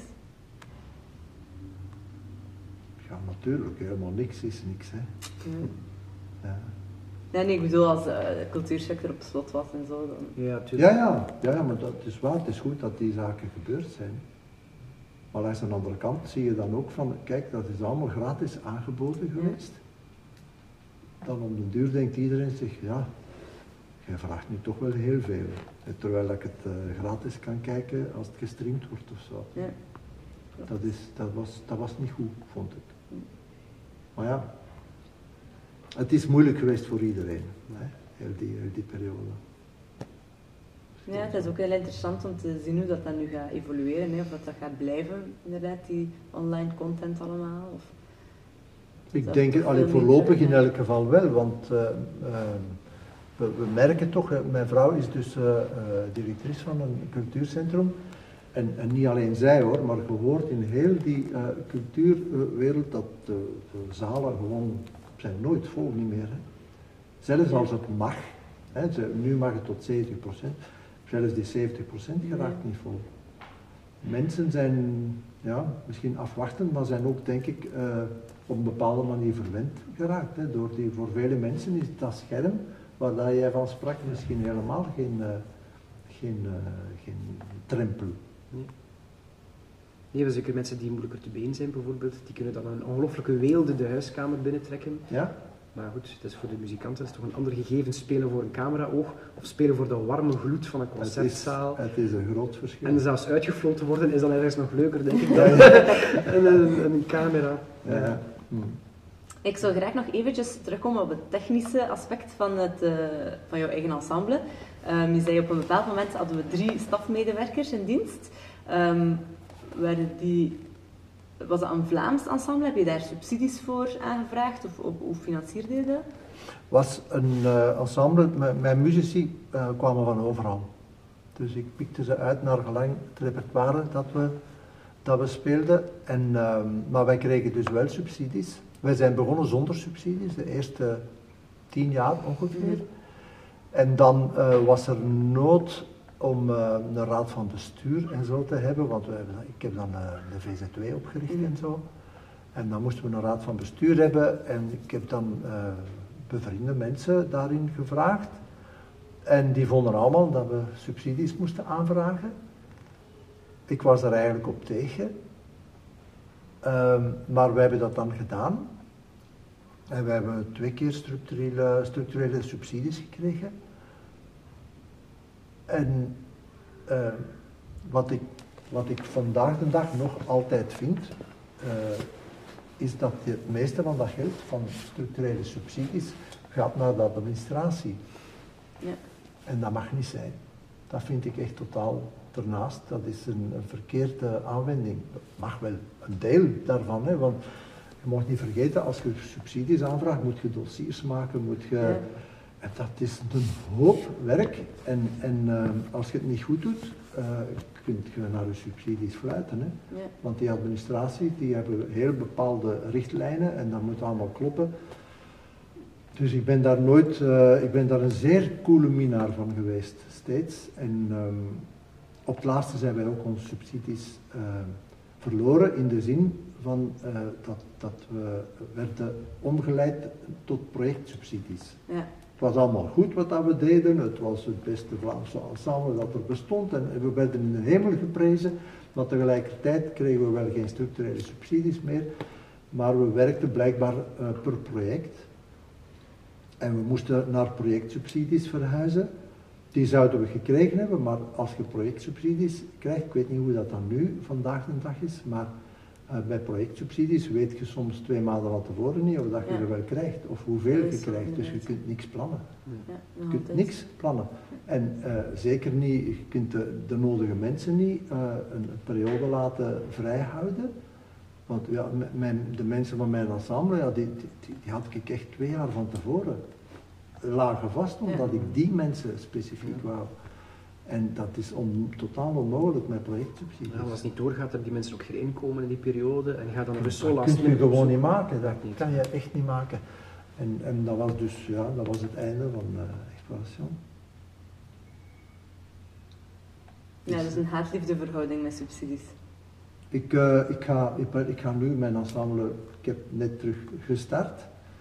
[SPEAKER 1] Ja, natuurlijk, helemaal niks is niks. Hè.
[SPEAKER 3] Mm.
[SPEAKER 1] Ja.
[SPEAKER 3] Nee, nee, ik bedoel als uh, de cultuursector op slot was en zo. Dan...
[SPEAKER 1] Ja, ja, ja, ja, maar dat is waar. Het is goed dat die zaken gebeurd zijn. Maar langs de andere kant zie je dan ook van, kijk, dat is allemaal gratis aangeboden geweest. Ja. Dan om de duur denkt iedereen zich, ja, jij vraagt nu toch wel heel veel. Terwijl ik het uh, gratis kan kijken als het gestreamd wordt of zo. Ja. Dat, is, dat, was, dat was niet goed, vond ik. Maar ja, het is moeilijk geweest voor iedereen, hè? Heel, die, heel die periode.
[SPEAKER 3] Ja, het is ook heel interessant om te zien hoe dat, dat nu gaat evolueren, hè? Of dat, dat gaat blijven, inderdaad, die online content allemaal. Of
[SPEAKER 1] ik denk, allee, voorlopig in elk geval wel, want uh, uh, we, we merken toch, uh, mijn vrouw is dus uh, uh, directrice van een cultuurcentrum. En, en niet alleen zij hoor, maar je hoort in heel die uh, cultuurwereld dat de, de zalen gewoon zijn nooit vol, niet meer. Hè. Zelfs als het mag, hè, ze, nu mag het tot zeventig procent, zelfs die zeventig procent geraakt niet vol. Mensen zijn ja, misschien afwachtend, maar zijn ook denk ik uh, op een bepaalde manier verwend geraakt. Hè, door die, voor vele mensen is dat scherm, waar dat jij van sprak, misschien helemaal geen, uh, geen, uh, geen trempel.
[SPEAKER 4] Nee. Nee, we zeker mensen die moeilijker te been zijn bijvoorbeeld, die kunnen dan een ongelooflijke weelde de huiskamer binnentrekken.
[SPEAKER 1] Ja?
[SPEAKER 4] Maar goed, het is voor de muzikanten is toch een ander gegeven spelen voor een cameraoog of spelen voor de warme gloed van een concertzaal.
[SPEAKER 1] Het is, het is een groot verschil.
[SPEAKER 4] En zelfs uitgefloten worden is dan ergens nog leuker, denk ik, dan een, een, een camera.
[SPEAKER 1] Ja. Ja. Hm.
[SPEAKER 3] Ik zou graag nog eventjes terugkomen op het technische aspect van, het, uh, van jouw eigen ensemble. Um, je zei op een bepaald moment hadden we drie stafmedewerkers in dienst. Um, werden die, was dat een Vlaams ensemble? Heb je daar subsidies voor aangevraagd of, of hoe financierde je dat?
[SPEAKER 1] Was een uh, ensemble, mijn, mijn muzici uh, kwamen van overal. Dus ik pikte ze uit naar gelang het repertoire dat we, dat we speelden. En, uh, maar wij kregen dus wel subsidies. Wij zijn begonnen zonder subsidies, de eerste tien jaar ongeveer. En dan uh, was er nood om uh, een raad van bestuur en zo te hebben, want we hebben, ik heb dan uh, de V Z W opgericht mm. en zo. En dan moesten we een raad van bestuur hebben en ik heb dan uh, bevriende mensen daarin gevraagd. En die vonden allemaal dat we subsidies moesten aanvragen. Ik was er eigenlijk op tegen. Um, maar wij hebben dat dan gedaan. En we hebben twee keer structurele, structurele subsidies gekregen. En uh, wat, ik, wat ik vandaag de dag nog altijd vind, uh, is dat het meeste van dat geld van structurele subsidies gaat naar de administratie.
[SPEAKER 3] Ja. En
[SPEAKER 1] dat mag niet zijn. Dat vind ik echt totaal ernaast. Dat is een, een verkeerde aanwending. Dat mag wel een deel daarvan, hè, want je mag niet vergeten, als je subsidies aanvraagt, moet je dossiers maken, moet je... Ja. En dat is een hoop werk. En, en uh, als je het niet goed doet, uh, kun je naar je subsidies fluiten. Hè. Ja. Want die administratie, die hebben heel bepaalde richtlijnen en dat moet allemaal kloppen. Dus ik ben daar nooit, uh, ik ben daar een zeer coole minnaar van geweest, steeds. En um, op het laatste zijn wij ook onze subsidies uh, verloren in de zin van uh, dat, dat we werden omgeleid tot projectsubsidies.
[SPEAKER 3] Ja.
[SPEAKER 1] Het was allemaal goed wat dat we deden, het was het beste Vlaamse ensemble dat er bestond en we werden in de hemel geprezen, maar tegelijkertijd kregen we wel geen structurele subsidies meer, maar we werkten blijkbaar uh, per project en we moesten naar projectsubsidies verhuizen. Die zouden we gekregen hebben, maar als je projectsubsidies krijgt, ik weet niet hoe dat dan nu vandaag de dag is, maar uh, bij projectsubsidies weet je soms twee maanden van tevoren niet of dat je
[SPEAKER 3] ja.
[SPEAKER 1] er wel krijgt of hoeveel je krijgt, dus je kunt niks plannen.
[SPEAKER 3] Ja,
[SPEAKER 1] Je kunt niks plannen. En uh, zeker niet, je kunt de, de nodige mensen niet uh, een, een periode laten vrijhouden, want ja, mijn, de mensen van mijn ensemble, ja, die, die, die had ik echt twee jaar van tevoren lagen vast, omdat ja. ik die mensen specifiek wou. En dat is on, totaal onmogelijk met projectsubsidies.
[SPEAKER 4] Ja, als het niet doorgaat, hebben die mensen ook geen inkomen in die periode en gaat dan dus zo
[SPEAKER 1] dat
[SPEAKER 4] last.
[SPEAKER 1] Dat kun je gewoon niet maken, dat niet. kan je echt niet maken. En, en dat was dus, ja, dat was het einde van uh, Exploration.
[SPEAKER 3] Ja, dat is een haat-liefde verhouding met subsidies.
[SPEAKER 1] Ik, uh, ik, ga, ik, ik ga nu mijn ensemble, ik heb net terug gestart.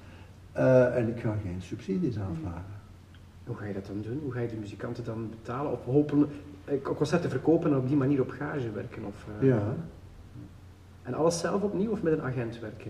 [SPEAKER 1] Uh, en ik ga geen subsidies aanvragen.
[SPEAKER 4] Hoe ga je dat dan doen? Hoe ga je de muzikanten dan betalen? Of hopen concerten verkopen en op die manier op gage werken? Of, uh...
[SPEAKER 1] Ja.
[SPEAKER 4] En alles zelf opnieuw of met een agent werken?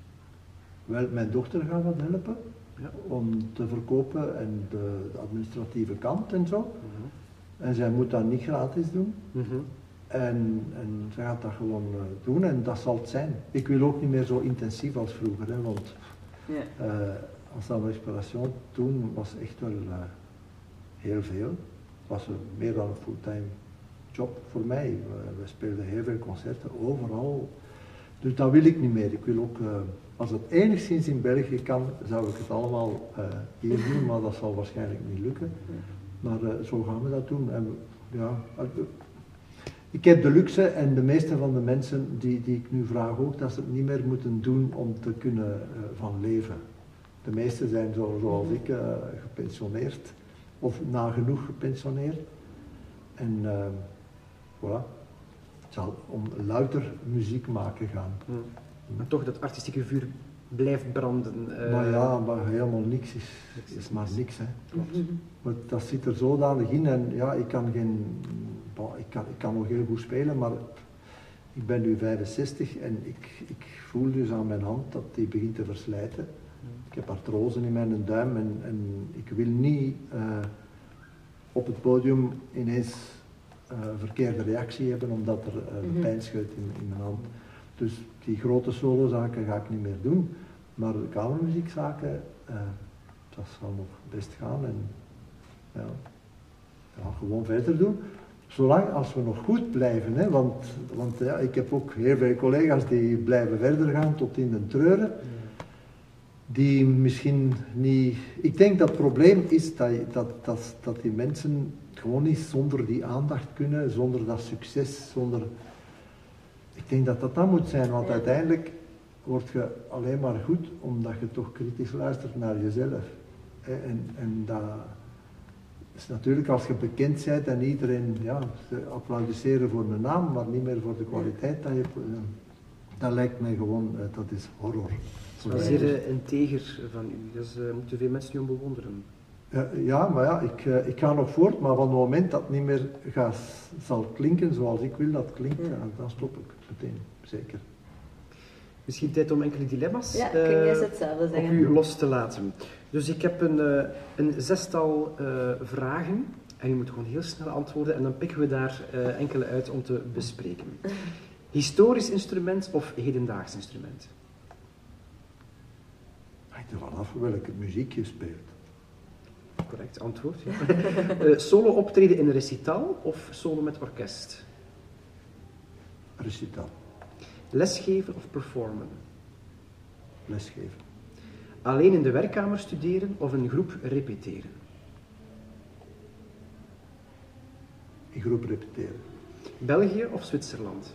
[SPEAKER 1] Wel, mijn dochter gaat wat helpen
[SPEAKER 4] ja.
[SPEAKER 1] om te verkopen en de, de administratieve kant en zo.
[SPEAKER 4] Uh-huh.
[SPEAKER 1] En zij moet dat niet gratis doen.
[SPEAKER 4] Uh-huh.
[SPEAKER 1] En, en zij gaat dat gewoon uh, doen en dat zal het zijn. Ik wil ook niet meer zo intensief als vroeger, hè, want
[SPEAKER 3] ja.
[SPEAKER 1] uh, Ensemble Exploration toen was echt wel uh, heel veel. Het was uh, meer dan een fulltime job voor mij. We, we speelden heel veel concerten, overal. Dus dat wil ik niet meer. Ik wil ook, uh, als het enigszins in België kan, zou ik het allemaal uh, hier doen, maar dat zal waarschijnlijk niet lukken. Maar uh, zo gaan we dat doen. En, ja, uh, ik heb de luxe en de meeste van de mensen die, die ik nu vraag ook, dat ze het niet meer moeten doen om te kunnen uh, van leven. De meesten zijn zo, zoals ik uh, gepensioneerd of nagenoeg gepensioneerd. En uh, voilà, het zal om louter muziek maken gaan.
[SPEAKER 4] Hmm. Maar toch dat artistieke vuur blijft branden. Uh...
[SPEAKER 1] Maar ja, maar helemaal niks is, is maar niks. Hè. Klopt. Maar dat zit er zodanig in en ja, ik kan geen, bah, ik kan, ik kan nog heel goed spelen, maar ik ben nu vijfenzestig en ik, ik voel dus aan mijn hand dat die begint te verslijten. Ik heb artrose in mijn duim en, en ik wil niet uh, op het podium ineens uh, verkeerde reactie hebben omdat er uh, mm-hmm. pijn schuilt in, in mijn hand. Dus die grote solozaken ga ik niet meer doen, maar de kamermuziekzaken, uh, dat zal nog best gaan en ja, ja, gewoon verder doen. Zolang als we nog goed blijven, hè, want, want ja, ik heb ook heel veel collega's die blijven verder gaan tot in de treuren. Die misschien niet... Ik denk dat het probleem is dat, dat, dat, dat die mensen gewoon niet zonder die aandacht kunnen, zonder dat succes, zonder... Ik denk dat dat dat moet zijn, want uiteindelijk word je alleen maar goed omdat je toch kritisch luistert naar jezelf. En, en dat is natuurlijk als je bekend bent en iedereen, ja, ze applaudisseren voor een naam, maar niet meer voor de kwaliteit dat je... Dat lijkt mij gewoon, dat is horror.
[SPEAKER 4] Dat is zeer uh, integer van u, dat is, uh, moeten veel mensen u om bewonderen.
[SPEAKER 1] Ja, ja, maar ja, ik, uh, ik ga nog voort, maar van het moment dat het niet meer gaat, zal klinken zoals ik wil dat het klinkt, ja. dan stop ik meteen, zeker.
[SPEAKER 4] Misschien tijd om enkele dilemma's
[SPEAKER 3] ja,
[SPEAKER 4] uh,
[SPEAKER 3] kun jij hetzelfde
[SPEAKER 4] op
[SPEAKER 3] zeggen.
[SPEAKER 4] u los te laten. Dus ik heb een, uh, een zestal uh, vragen en u moet gewoon heel snel antwoorden en dan pikken we daar uh, enkele uit om te bespreken. Historisch instrument of hedendaags instrument?
[SPEAKER 1] Hangt er vanaf welke muziek je speelt.
[SPEAKER 4] Correct antwoord. Ja. uh, solo optreden in een recital of solo met orkest?
[SPEAKER 1] Recital.
[SPEAKER 4] Lesgeven of performen?
[SPEAKER 1] Lesgeven.
[SPEAKER 4] Alleen in de werkkamer studeren of in groep repeteren?
[SPEAKER 1] In groep repeteren.
[SPEAKER 4] België of Zwitserland?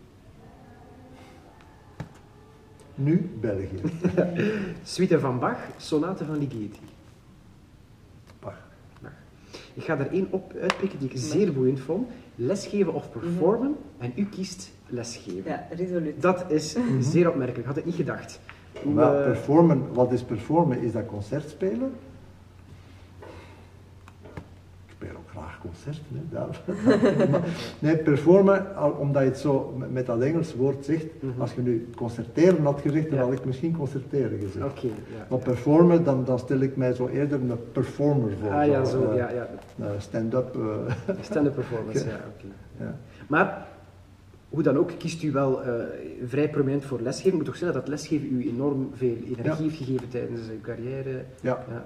[SPEAKER 1] Nu België.
[SPEAKER 4] Suite van Bach, sonate van Ligeti.
[SPEAKER 1] Bach.
[SPEAKER 4] Bach. Ik ga er één op uitpikken die ik zeer boeiend vond. Lesgeven of performen. En u kiest lesgeven.
[SPEAKER 3] Ja, resoluut.
[SPEAKER 4] Dat is zeer opmerkelijk. Had ik niet gedacht. Hoe,
[SPEAKER 1] Maar
[SPEAKER 4] uh...
[SPEAKER 1] performen, wat is performen? Is dat concert spelen? concerten, hè, daar. Nee, performen, al, omdat je het zo met, met dat Engels woord zegt, mm-hmm. als je nu concerteren had gezegd, dan ja. had ik misschien concerteren gezegd.
[SPEAKER 4] Okay, ja,
[SPEAKER 1] maar
[SPEAKER 4] ja.
[SPEAKER 1] performen, dan, dan stel ik mij zo eerder een performer voor.
[SPEAKER 4] Ah ja, zo,
[SPEAKER 1] uh,
[SPEAKER 4] ja, ja.
[SPEAKER 1] Uh, stand-up. Uh,
[SPEAKER 4] stand-up performance, ja, oké. Okay. Ja. Maar, hoe dan ook, kiest u wel uh, vrij prominent voor lesgeven. Ik moet toch zeggen dat lesgeven u enorm veel energie ja. heeft gegeven tijdens uw carrière.
[SPEAKER 1] Ja.
[SPEAKER 4] ja.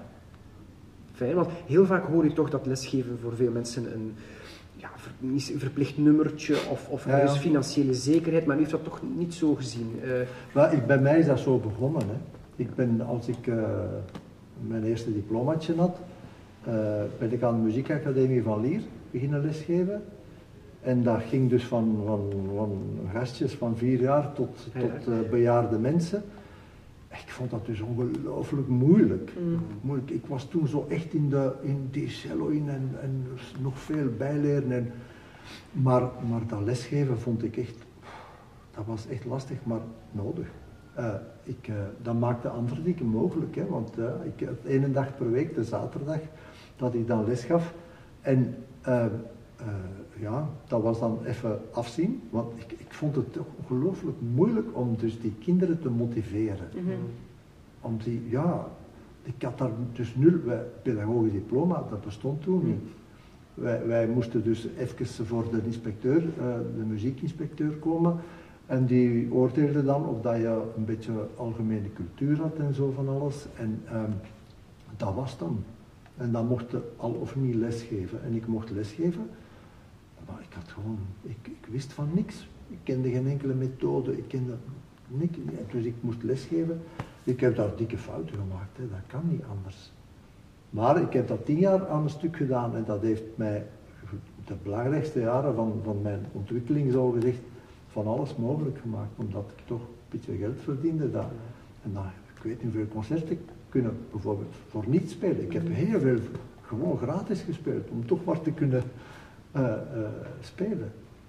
[SPEAKER 4] Fijn, want heel vaak hoor je toch dat lesgeven voor veel mensen een ja, ver, verplicht nummertje of, of ja, ja. financiële zekerheid, maar u heeft dat toch niet zo gezien? Uh,
[SPEAKER 1] well, ik, bij mij is dat zo begonnen. Hè. Ik ben, als ik uh, mijn eerste diplomaatje had, uh, ben ik aan de muziekacademie van Lier beginnen lesgeven. En dat ging dus van, van, van gastjes van vier jaar tot, ja, tot uh, bejaarde mensen. Ik vond dat dus ongelooflijk moeilijk. Mm. moeilijk. Ik was toen zo echt in, de, in die cello in en, en nog veel bijleren. En, maar, maar dat lesgeven vond ik echt, dat was echt lastig, maar nodig. Uh, ik, uh, dat maakte andere dingen mogelijk, hè, want uh, ik had één dag per week, de zaterdag, dat ik dan les gaf. En uh, uh, ja, dat was dan even afzien, want ik, ik vond het toch ongelooflijk moeilijk om dus die kinderen te motiveren. Mm-hmm. Om die, ja, ik had daar dus nul, wij, pedagogisch diploma, dat bestond toen mm. niet. Wij, wij moesten dus even voor de inspecteur, uh, de muziekinspecteur komen. En die oordeelde dan of dat je een beetje algemene cultuur had en zo van alles. En um, dat was dan. En dan mocht je al of niet lesgeven. En ik mocht lesgeven, maar ik had gewoon, ik, ik wist van niks. Ik kende geen enkele methode, ik kende niks. Dus ik moest lesgeven. Ik heb daar dikke fouten gemaakt, hè. Dat kan niet anders. Maar ik heb dat tien jaar aan een stuk gedaan en dat heeft mij de belangrijkste jaren van, van mijn ontwikkeling, zo gezegd, van alles mogelijk gemaakt, omdat ik toch een beetje geld verdiende daar. En dan, ik weet niet hoeveel concerten kunnen bijvoorbeeld voor niets spelen. Ik heb heel veel gewoon gratis gespeeld, om toch maar te kunnen uh, uh, spelen.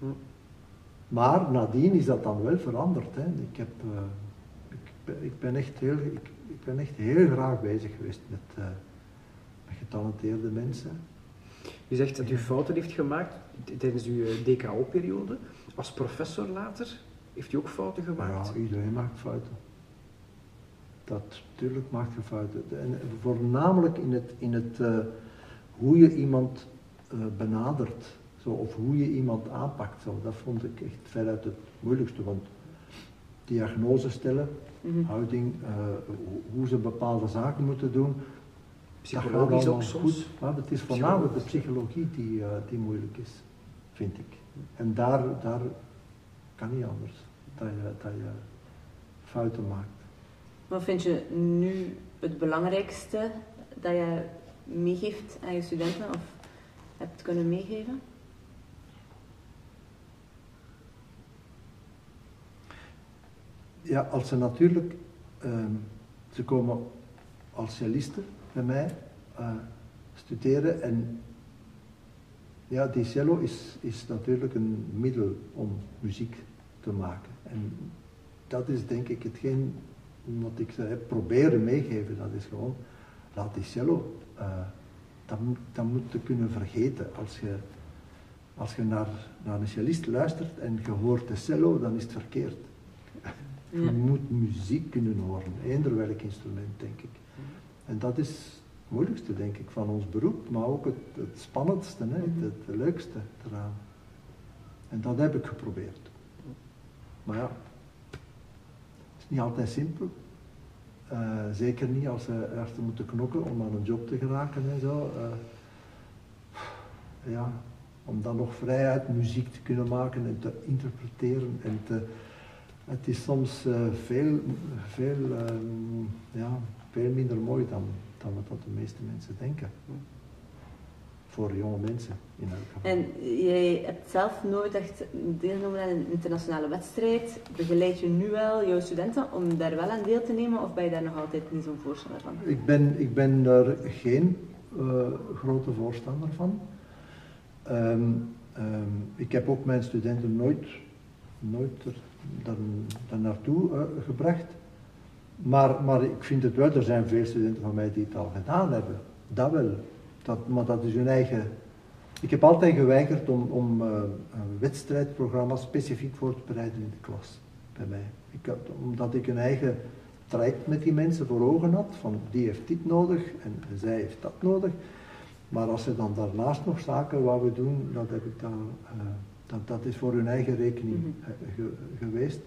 [SPEAKER 1] Maar nadien is dat dan wel veranderd. Hè. Ik, heb, uh, ik, ik, ben echt heel, ik, ik ben echt heel graag bezig geweest met, uh, met getalenteerde mensen.
[SPEAKER 4] U zegt dat u fouten heeft gemaakt tijdens uw D K O-periode. Als professor later, heeft u ook fouten gemaakt?
[SPEAKER 1] Ja, iedereen maakt fouten. Dat, natuurlijk maakt je fouten. En voornamelijk in het, in het uh, hoe je iemand uh, benadert, zo, of hoe je iemand aanpakt. Zo. Dat vond ik echt veruit het moeilijkste, want diagnose stellen, mm-hmm. houding, uh, hoe ze bepaalde zaken moeten doen.
[SPEAKER 4] Psychologisch ook soms?
[SPEAKER 1] Goed, maar het is voornamelijk de psychologie die, uh, die moeilijk is, vind ik. En daar, daar kan niet anders, dat je, dat je fouten maakt.
[SPEAKER 3] Wat vind je nu het belangrijkste dat je meegeeft aan je studenten of hebt kunnen meegeven?
[SPEAKER 1] Ja, als ze natuurlijk, uh, ze komen als cellisten bij mij uh, studeren en ja, die cello is, is natuurlijk een middel om muziek te maken. En dat is denk ik hetgeen wat ik ze heb proberen meegeven, dat is gewoon, laat die cello, uh, dat, dat moet je kunnen vergeten. Als je, als je naar, naar een cellist luistert en je hoort de cello, dan is het verkeerd. Je ja. moet muziek kunnen horen, eender welk instrument, denk ik. En dat is het moeilijkste, denk ik, van ons beroep, maar ook het, het spannendste, hè, het, het leukste eraan. En dat heb ik geprobeerd. Maar ja, het is niet altijd simpel. Uh, zeker niet als ze, als ze moeten knokken om aan een job te geraken en zo. Uh, ja, om dan nog vrijuit muziek te kunnen maken en te interpreteren en te... Het is soms uh, veel, veel, um, ja, veel minder mooi dan, dan wat de meeste mensen denken. Voor jonge mensen in elk geval.
[SPEAKER 3] En jij hebt zelf nooit echt deelgenomen aan een internationale wedstrijd. Begeleid je nu wel jouw studenten om daar wel aan deel te nemen of ben je daar nog altijd niet zo'n voorstander van?
[SPEAKER 1] Ik ben, ik ben daar geen uh, grote voorstander van. Um, um, ik heb ook mijn studenten nooit, nooit er dan, dan naartoe uh, gebracht. Maar, maar ik vind het wel, er zijn veel studenten van mij die het al gedaan hebben. Dat wel. Dat, maar dat is hun eigen Ik heb altijd geweigerd om, om uh, een wedstrijdprogramma specifiek voor te bereiden in de klas, bij mij. Ik had, omdat ik een eigen traject met die mensen voor ogen had, van die heeft dit nodig en zij heeft dat nodig. Maar als ze dan daarnaast nog zaken wouden doen, dat, heb ik dan, uh, dat, dat is voor hun eigen rekening uh, ge, geweest.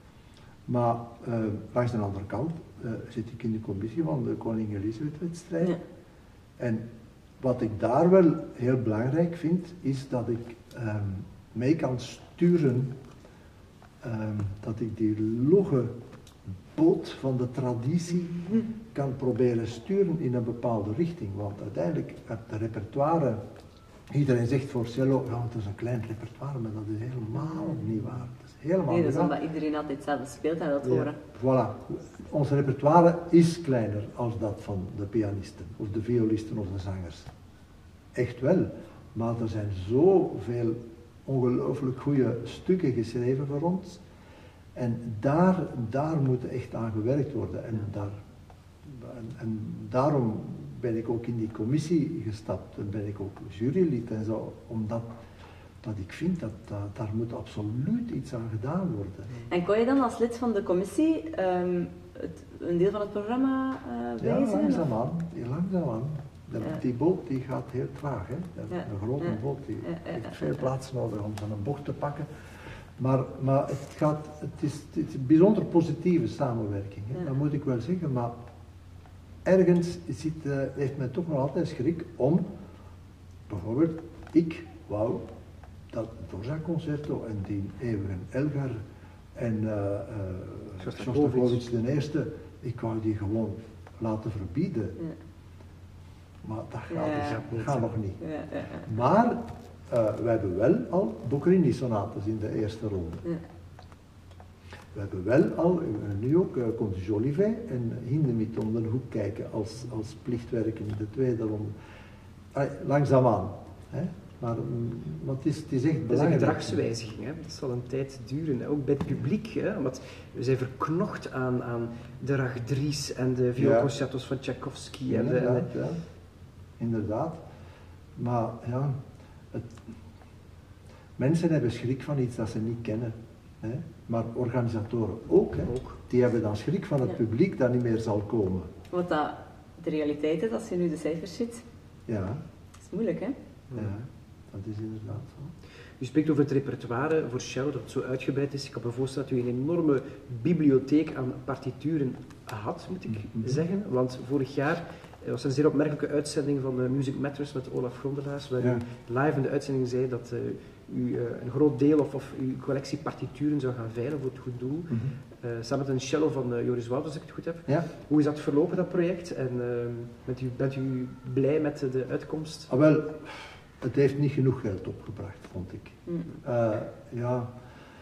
[SPEAKER 1] Maar uh, langs de andere kant uh, zit ik in de commissie van de Koningin Elisabeth-wedstrijd. Ja. En wat ik daar wel heel belangrijk vind, is dat ik um, mee kan sturen, um, dat ik die logge boot van de traditie kan proberen sturen in een bepaalde richting. Want uiteindelijk, het repertoire, iedereen zegt voor cello, ja, het is een klein repertoire, maar dat is helemaal niet waar. Dat is helemaal
[SPEAKER 3] nee, dat is
[SPEAKER 1] niet waar.
[SPEAKER 3] omdat iedereen altijd hetzelfde speelt en dat
[SPEAKER 1] Ja,
[SPEAKER 3] horen.
[SPEAKER 1] Voilà. Ons repertoire is kleiner als dat van de pianisten, of de violisten of de zangers. Echt wel. Maar er zijn zoveel ongelooflijk goede stukken geschreven voor ons. En daar, daar moet echt aan gewerkt worden. En, daar, en, en daarom ben ik ook in die commissie gestapt. En ben ik ook jurylid en zo. Omdat dat ik vind dat, dat daar moet absoluut iets aan gedaan worden.
[SPEAKER 3] En kon je dan als lid van de commissie um, het, een deel van het programma uh, wijzigen?
[SPEAKER 1] Ja, langzaamaan. Langzaamaan. De,
[SPEAKER 3] Ja.
[SPEAKER 1] Die boot die gaat heel traag. Hè? De,
[SPEAKER 3] Ja.
[SPEAKER 1] Een grote
[SPEAKER 3] Ja.
[SPEAKER 1] boot die
[SPEAKER 3] Ja, ja,
[SPEAKER 1] heeft
[SPEAKER 3] ja,
[SPEAKER 1] veel
[SPEAKER 3] ja.
[SPEAKER 1] plaats nodig om zo'n bocht te pakken. Maar, maar het, gaat, het, is, het is een bijzonder positieve samenwerking, hè?
[SPEAKER 3] Ja.
[SPEAKER 1] Dat moet ik wel zeggen. Maar ergens zit, uh, heeft men toch nog altijd schrik om, bijvoorbeeld, ik wou dat Dvorak-concerto en die eeuwige Elgar en uh, uh, Shostakovich de Eerste, ik wou die gewoon laten verbieden.
[SPEAKER 3] Ja.
[SPEAKER 1] Maar dat gaat,
[SPEAKER 3] Ja.
[SPEAKER 1] dus, gaat nog niet.
[SPEAKER 3] Ja, ja, ja.
[SPEAKER 1] Maar uh, we hebben wel al Boccherini-sonates in de eerste ronde.
[SPEAKER 3] Ja.
[SPEAKER 1] We hebben wel al, nu ook, uh, Conte Jolivet en Hindemith om de hoek kijken als, als plichtwerken in de tweede ronde. Uh, langzaamaan. Hè? Maar, maar het, is, het is echt
[SPEAKER 4] Dat is een
[SPEAKER 1] belangrijk.
[SPEAKER 4] gedragswijziging, hè. Dat zal een tijd duren, hè. Ook bij het publiek, hè. Want we zijn verknocht aan, aan de Ragdries en de vioolconcertos van Tchaikovsky. En de, en
[SPEAKER 1] Inderdaad,
[SPEAKER 4] de...
[SPEAKER 1] ja. Inderdaad. Maar ja, het, mensen hebben schrik van iets dat ze niet kennen. Hè? Maar organisatoren ook, hè?
[SPEAKER 4] Ook.
[SPEAKER 1] Die hebben dan schrik van het
[SPEAKER 3] Ja.
[SPEAKER 1] publiek dat niet meer zal komen.
[SPEAKER 3] Wat dat de realiteit is, als je nu de cijfers ziet,
[SPEAKER 1] Ja,
[SPEAKER 3] is moeilijk, hè?
[SPEAKER 1] ja, dat is inderdaad zo.
[SPEAKER 4] U spreekt over het repertoire voor cello, dat het zo uitgebreid is. Ik kan me voorstellen dat u een enorme bibliotheek aan partituren had, moet ik
[SPEAKER 1] Mhm.
[SPEAKER 4] zeggen. Want vorig jaar er was een zeer opmerkelijke uitzending van uh, Music Matters met Olaf Grondelaars, waar
[SPEAKER 1] Ja.
[SPEAKER 4] u live in de uitzending zei dat uh, u uh, een groot deel of, of uw collectie partituren zou gaan veilen voor het goed doel.
[SPEAKER 1] Mhm.
[SPEAKER 4] Uh, samen met een cello van uh, Joris Wouters, als ik het goed heb.
[SPEAKER 1] Ja.
[SPEAKER 4] Hoe is dat verlopen, dat project? En uh, bent, u, bent u blij met de uitkomst?
[SPEAKER 1] Ah, wel, het heeft niet genoeg geld opgebracht, vond ik.
[SPEAKER 3] Mm.
[SPEAKER 1] Uh, ja,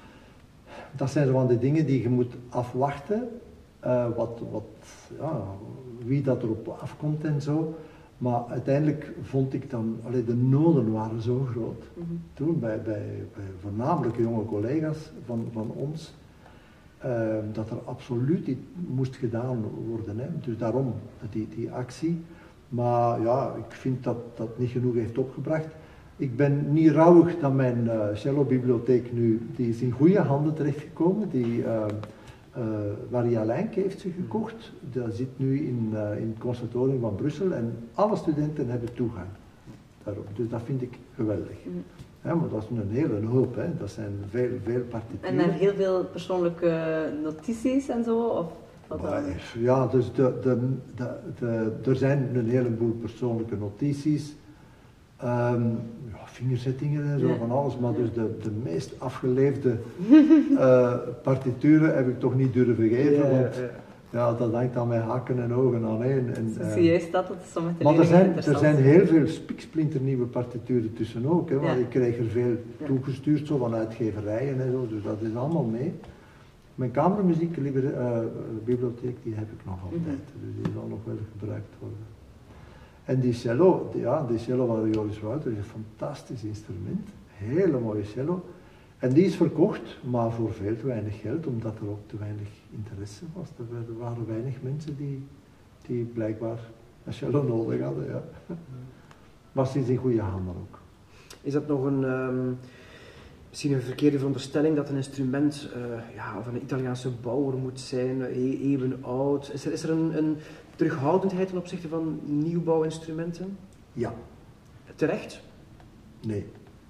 [SPEAKER 1] dat zijn zo van de dingen die je moet afwachten, uh, wat, wat, ja, wie dat erop afkomt en zo. Maar uiteindelijk vond ik dan, allee, de noden waren zo groot.
[SPEAKER 3] Mm-hmm.
[SPEAKER 1] Toen bij, bij, bij voornamelijk jonge collega's van, van ons, uh, dat er absoluut iets moest gedaan worden. Hè. Dus daarom die, die actie. Maar ja, ik vind dat dat niet genoeg heeft opgebracht. Ik ben niet rouwig dat mijn uh, cello-bibliotheek nu, die is in goede handen terechtgekomen. Die, uh, uh, Maria Lijnke heeft ze gekocht. Dat zit nu in, uh, in het conservatorium van Brussel en alle studenten hebben toegang daarop. Dus dat vind ik geweldig.
[SPEAKER 3] Mm.
[SPEAKER 1] Ja, maar dat is een hele hoop, hè. Dat zijn veel, veel partituren.
[SPEAKER 3] En er heel veel persoonlijke notities en zo? Of wat dan?
[SPEAKER 1] Maar, ja, dus de, de, de, de, er zijn een heleboel persoonlijke notities, um, ja, vingerzettingen en zo,
[SPEAKER 3] Ja.
[SPEAKER 1] van alles, maar dus de, de meest afgeleefde uh, partituren heb ik toch niet durven geven,
[SPEAKER 4] Ja, ja,
[SPEAKER 1] want
[SPEAKER 4] ja.
[SPEAKER 1] ja, dat hangt aan mijn haken en ogen aaneen. En,
[SPEAKER 3] Dus
[SPEAKER 1] uh,
[SPEAKER 3] zie juist dat het sommige
[SPEAKER 1] maar er
[SPEAKER 3] leerlingen
[SPEAKER 1] zijn, er
[SPEAKER 3] interessant
[SPEAKER 1] zijn heel veel spiksplinternieuwe partituren tussen ook, hè, want
[SPEAKER 3] Ja.
[SPEAKER 1] ik krijg er veel
[SPEAKER 3] Ja.
[SPEAKER 1] toegestuurd, zo van uitgeverijen en zo, dus dat is allemaal mee. Mijn kamermuziekbibliotheek, die heb ik nog altijd,
[SPEAKER 3] Mhm.
[SPEAKER 1] dus die zal nog wel gebruikt worden. En die cello, die, ja, die cello van Joris Wouters is een fantastisch instrument, hele mooie cello. En die is verkocht, maar voor veel te weinig geld, omdat er ook te weinig interesse was. Er waren weinig mensen die, die blijkbaar een cello nodig hadden. Ja. Maar ze is in goede handen ook.
[SPEAKER 4] Is dat nog een, um, misschien een verkeerde veronderstelling dat een instrument uh, ja, van een Italiaanse bouwer moet zijn, e- eeuwen oud? Is er, is er een, een terughoudendheid ten opzichte van nieuwbouwinstrumenten?
[SPEAKER 1] Ja.
[SPEAKER 4] Terecht?
[SPEAKER 1] Nee.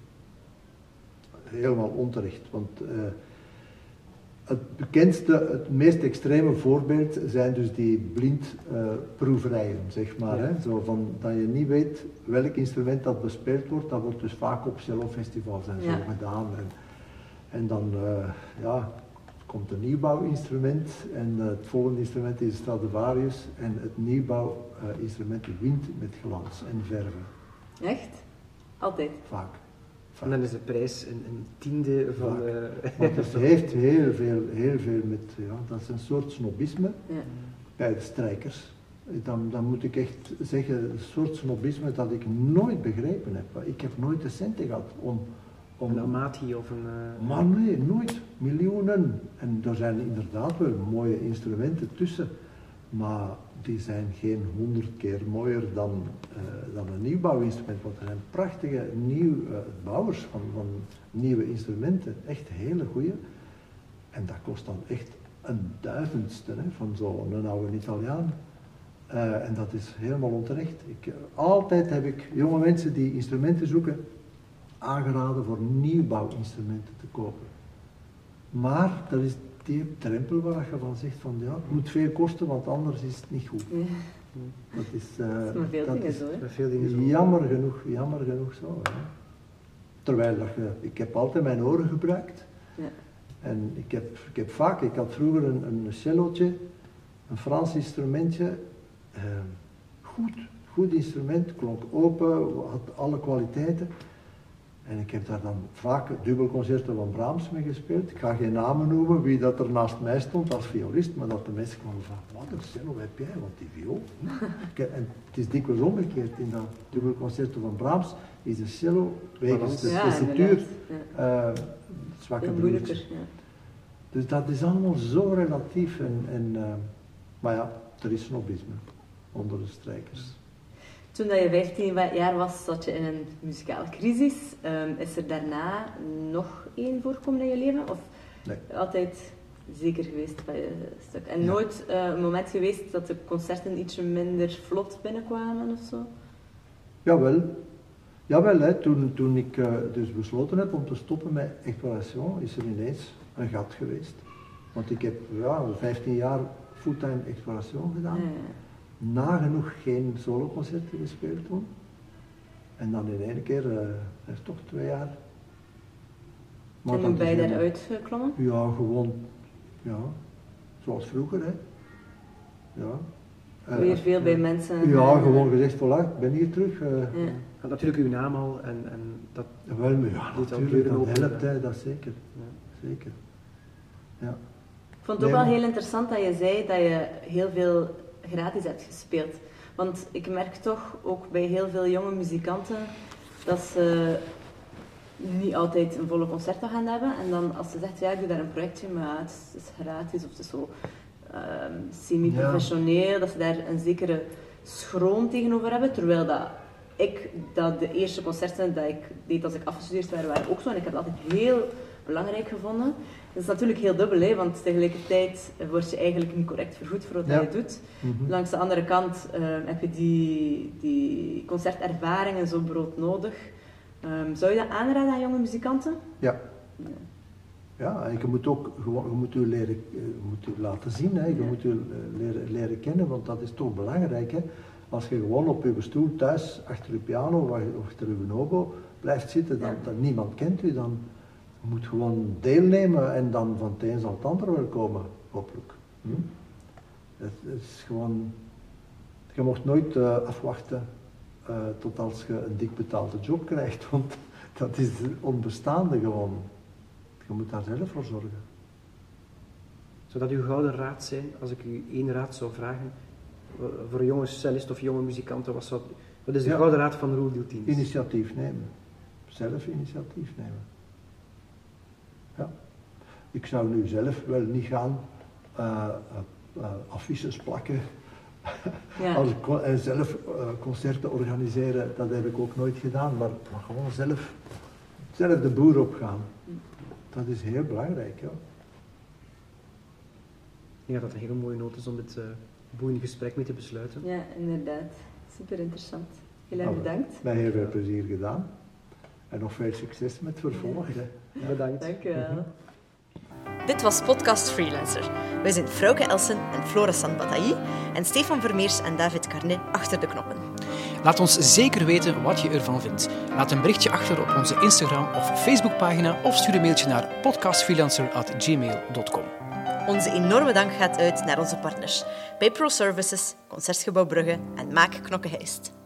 [SPEAKER 1] Helemaal onterecht, want uh, het bekendste, het meest extreme voorbeeld zijn dus die blindproeverijen, uh, zeg maar.
[SPEAKER 4] Ja.
[SPEAKER 1] Hè? Zo van, dat je niet weet welk instrument dat bespeeld wordt, dat wordt dus vaak op cellofestivals en zo
[SPEAKER 3] ja. gedaan.
[SPEAKER 1] En, en dan uh, ja, komt een nieuwbouwinstrument en uh, het volgende instrument is Stradivarius en het nieuwbouwinstrument uh, wint met glans en verven.
[SPEAKER 3] Echt? Altijd?
[SPEAKER 1] Vaak.
[SPEAKER 4] En dan is de prijs een, een tiende van... Uh,
[SPEAKER 1] Want het heeft heel veel, heel veel met, ja, dat is een soort snobisme
[SPEAKER 3] ja.
[SPEAKER 1] bij de strijkers. Dan, dan moet ik echt zeggen, een soort snobisme dat ik nooit begrepen heb. Ik heb nooit de centen gehad om... om
[SPEAKER 4] een Amati of een... Uh...
[SPEAKER 1] Maar nee, nooit. Miljoenen. En er zijn inderdaad wel mooie instrumenten tussen. Maar die zijn geen honderd keer mooier dan, uh, dan een nieuwbouwinstrument. Want er zijn prachtige nieuwbouwers uh, van, van nieuwe instrumenten. Echt hele goeie. En dat kost dan echt een duizendste hè, van zo'n oude Italiaan. Uh, en dat is helemaal onterecht. Ik, uh, altijd heb ik jonge mensen die instrumenten zoeken aangeraden voor nieuwbouwinstrumenten te kopen. Maar dat is die drempel waar je van zegt van ja, het moet veel kosten, want anders is het niet goed.
[SPEAKER 3] Ja.
[SPEAKER 1] Dat is, uh,
[SPEAKER 3] dat is met veel
[SPEAKER 1] dat
[SPEAKER 3] dingen
[SPEAKER 1] is
[SPEAKER 3] zo, hè?
[SPEAKER 4] Met veel dingen zo.
[SPEAKER 1] Jammer genoeg, jammer genoeg zo. Hè. Terwijl dat je, ik heb altijd mijn oren gebruikt.
[SPEAKER 3] Ja.
[SPEAKER 1] En ik heb, ik heb vaak, ik had vroeger een, een cellootje, een Frans instrumentje, uh, goed, goed instrument, klonk open, had alle kwaliteiten. En ik heb daar dan vaak dubbelconcerten van Brahms mee gespeeld. Ik ga geen namen noemen wie dat er naast mij stond als violist, maar dat de mensen kwamen van, wat een cello heb jij, want die viool. En het is dikwijls omgekeerd, in dat dubbelconcerten van Brahms is de cello, wegens de
[SPEAKER 3] ja,
[SPEAKER 1] tessituur,
[SPEAKER 3] ja.
[SPEAKER 1] uh, zwakke
[SPEAKER 3] Heel moeilijker,
[SPEAKER 1] broertje.
[SPEAKER 3] ja.
[SPEAKER 1] Dus dat is allemaal zo relatief. En, en, uh, maar ja, er is snobisme onder de strijkers.
[SPEAKER 3] Toen dat je vijftien jaar was, zat je in een muzikale crisis. Um, is er daarna nog één voorkomen in je leven? Of
[SPEAKER 1] Nee.
[SPEAKER 3] altijd zeker geweest bij je stuk? En
[SPEAKER 1] Ja.
[SPEAKER 3] nooit uh, een moment geweest dat de concerten ietsje minder vlot binnenkwamen of zo?
[SPEAKER 1] Jawel. Jawel, hè. Toen, toen ik uh, dus besloten heb om te stoppen met exploration, is er ineens een gat geweest. Want ik heb ja, vijftien jaar fulltime exploration gedaan.
[SPEAKER 3] Ja.
[SPEAKER 1] Nagenoeg geen soloconcerten gespeeld toen. En dan in één keer, uh, dat is toch twee jaar. Maar
[SPEAKER 3] En
[SPEAKER 1] dat
[SPEAKER 3] hoe ben je
[SPEAKER 1] is helemaal-
[SPEAKER 3] daaruit geklommen?
[SPEAKER 1] Ja, gewoon, ja, zoals vroeger, hè. Ja. Uh,
[SPEAKER 3] Weer veel bij mensen?
[SPEAKER 1] Ja,
[SPEAKER 3] uh,
[SPEAKER 1] gewoon gezegd, voilà, ik ben hier terug. Uh,
[SPEAKER 3] Ja.
[SPEAKER 4] Had natuurlijk uw naam al en, en dat...
[SPEAKER 1] Wel, maar ja,
[SPEAKER 4] Dit al
[SPEAKER 1] natuurlijk,
[SPEAKER 4] kleuren
[SPEAKER 1] dat
[SPEAKER 4] openen.
[SPEAKER 1] helpt, hè, dat zeker.
[SPEAKER 4] Ja.
[SPEAKER 1] Zeker. Ja.
[SPEAKER 3] Ik vond het ook
[SPEAKER 1] Nee,
[SPEAKER 3] wel
[SPEAKER 1] maar-
[SPEAKER 3] heel interessant dat je zei dat je heel veel gratis hebt gespeeld. Want ik merk toch ook bij heel veel jonge muzikanten dat ze niet altijd een volle concertagenda hebben. En dan als ze zegt, ja, ik doe daar een projectje, maar ja, het is, het is gratis of het is zo ehm, semi-professioneel, dat ze daar een zekere schroom tegenover hebben. Terwijl dat ik, dat de eerste concerten dat ik deed als ik afgestudeerd werd, waren ook zo. En ik heb dat altijd heel belangrijk gevonden. Dat is natuurlijk heel dubbel, hè, want tegelijkertijd word je eigenlijk niet correct vergoed voor wat
[SPEAKER 1] Ja.
[SPEAKER 3] je doet.
[SPEAKER 1] Mhm.
[SPEAKER 3] Langs de andere kant uh, heb je die, die concertervaringen zo broodnodig. Um, zou je dat aanraden aan jonge muzikanten?
[SPEAKER 1] Ja.
[SPEAKER 3] Ja.
[SPEAKER 1] Ja, en je moet ook gewoon, je moet u leren, je moet u laten zien, hè. Je
[SPEAKER 3] Ja.
[SPEAKER 1] moet u uh, leren, leren kennen, want dat is toch belangrijk. Hè. Als je gewoon op je stoel thuis, achter je piano of achter je oboe blijft zitten, dan,
[SPEAKER 3] Ja.
[SPEAKER 1] dan niemand kent u, dan moet je gewoon deelnemen en dan van het een zal het ander wel komen, hopelijk. Hm? Het, het is gewoon, je mocht nooit uh, afwachten uh, tot als je een dik betaalde job krijgt, want dat is onbestaande gewoon. Je moet daar zelf voor zorgen.
[SPEAKER 4] Zou dat uw gouden raad zijn, als ik u één raad zou vragen, voor een jonge cellist of jonge muzikanten, wat, zou, wat is de
[SPEAKER 1] Ja.
[SPEAKER 4] gouden raad van Roel Diltiens?
[SPEAKER 1] Initiatief nemen. Zelf initiatief nemen. Ja. Ik zou nu zelf wel niet gaan uh, uh, uh, affiches plakken.
[SPEAKER 3] Ja.
[SPEAKER 1] Als ik kon- en zelf uh, concerten organiseren, dat heb ik ook nooit gedaan, maar, maar gewoon zelf zelf de boer opgaan. Dat is heel belangrijk. Ja.
[SPEAKER 4] Ik denk dat dat een hele mooie noot is om dit uh, boeiende gesprek mee te besluiten.
[SPEAKER 3] Ja, inderdaad. Super interessant. Heel erg
[SPEAKER 1] Nou,
[SPEAKER 3] bedankt.
[SPEAKER 1] Mij heel veel plezier gedaan. En nog veel succes met het vervolg.
[SPEAKER 4] Ja. Bedankt.
[SPEAKER 3] Dank je wel.
[SPEAKER 5] Dit was Podcast Freelancer. Wij zijn Frauke Elsen en Flora Sanbatailly en Stefan Vermeers en David Carnet achter de knoppen.
[SPEAKER 2] Laat ons zeker weten wat je ervan vindt. Laat een berichtje achter op onze Instagram of Facebookpagina of stuur een mailtje naar podcastfreelancer at gmail dot com.
[SPEAKER 5] Onze enorme dank gaat uit naar onze partners bij ProServices, Concertgebouw Brugge en Maak Knokke Heist.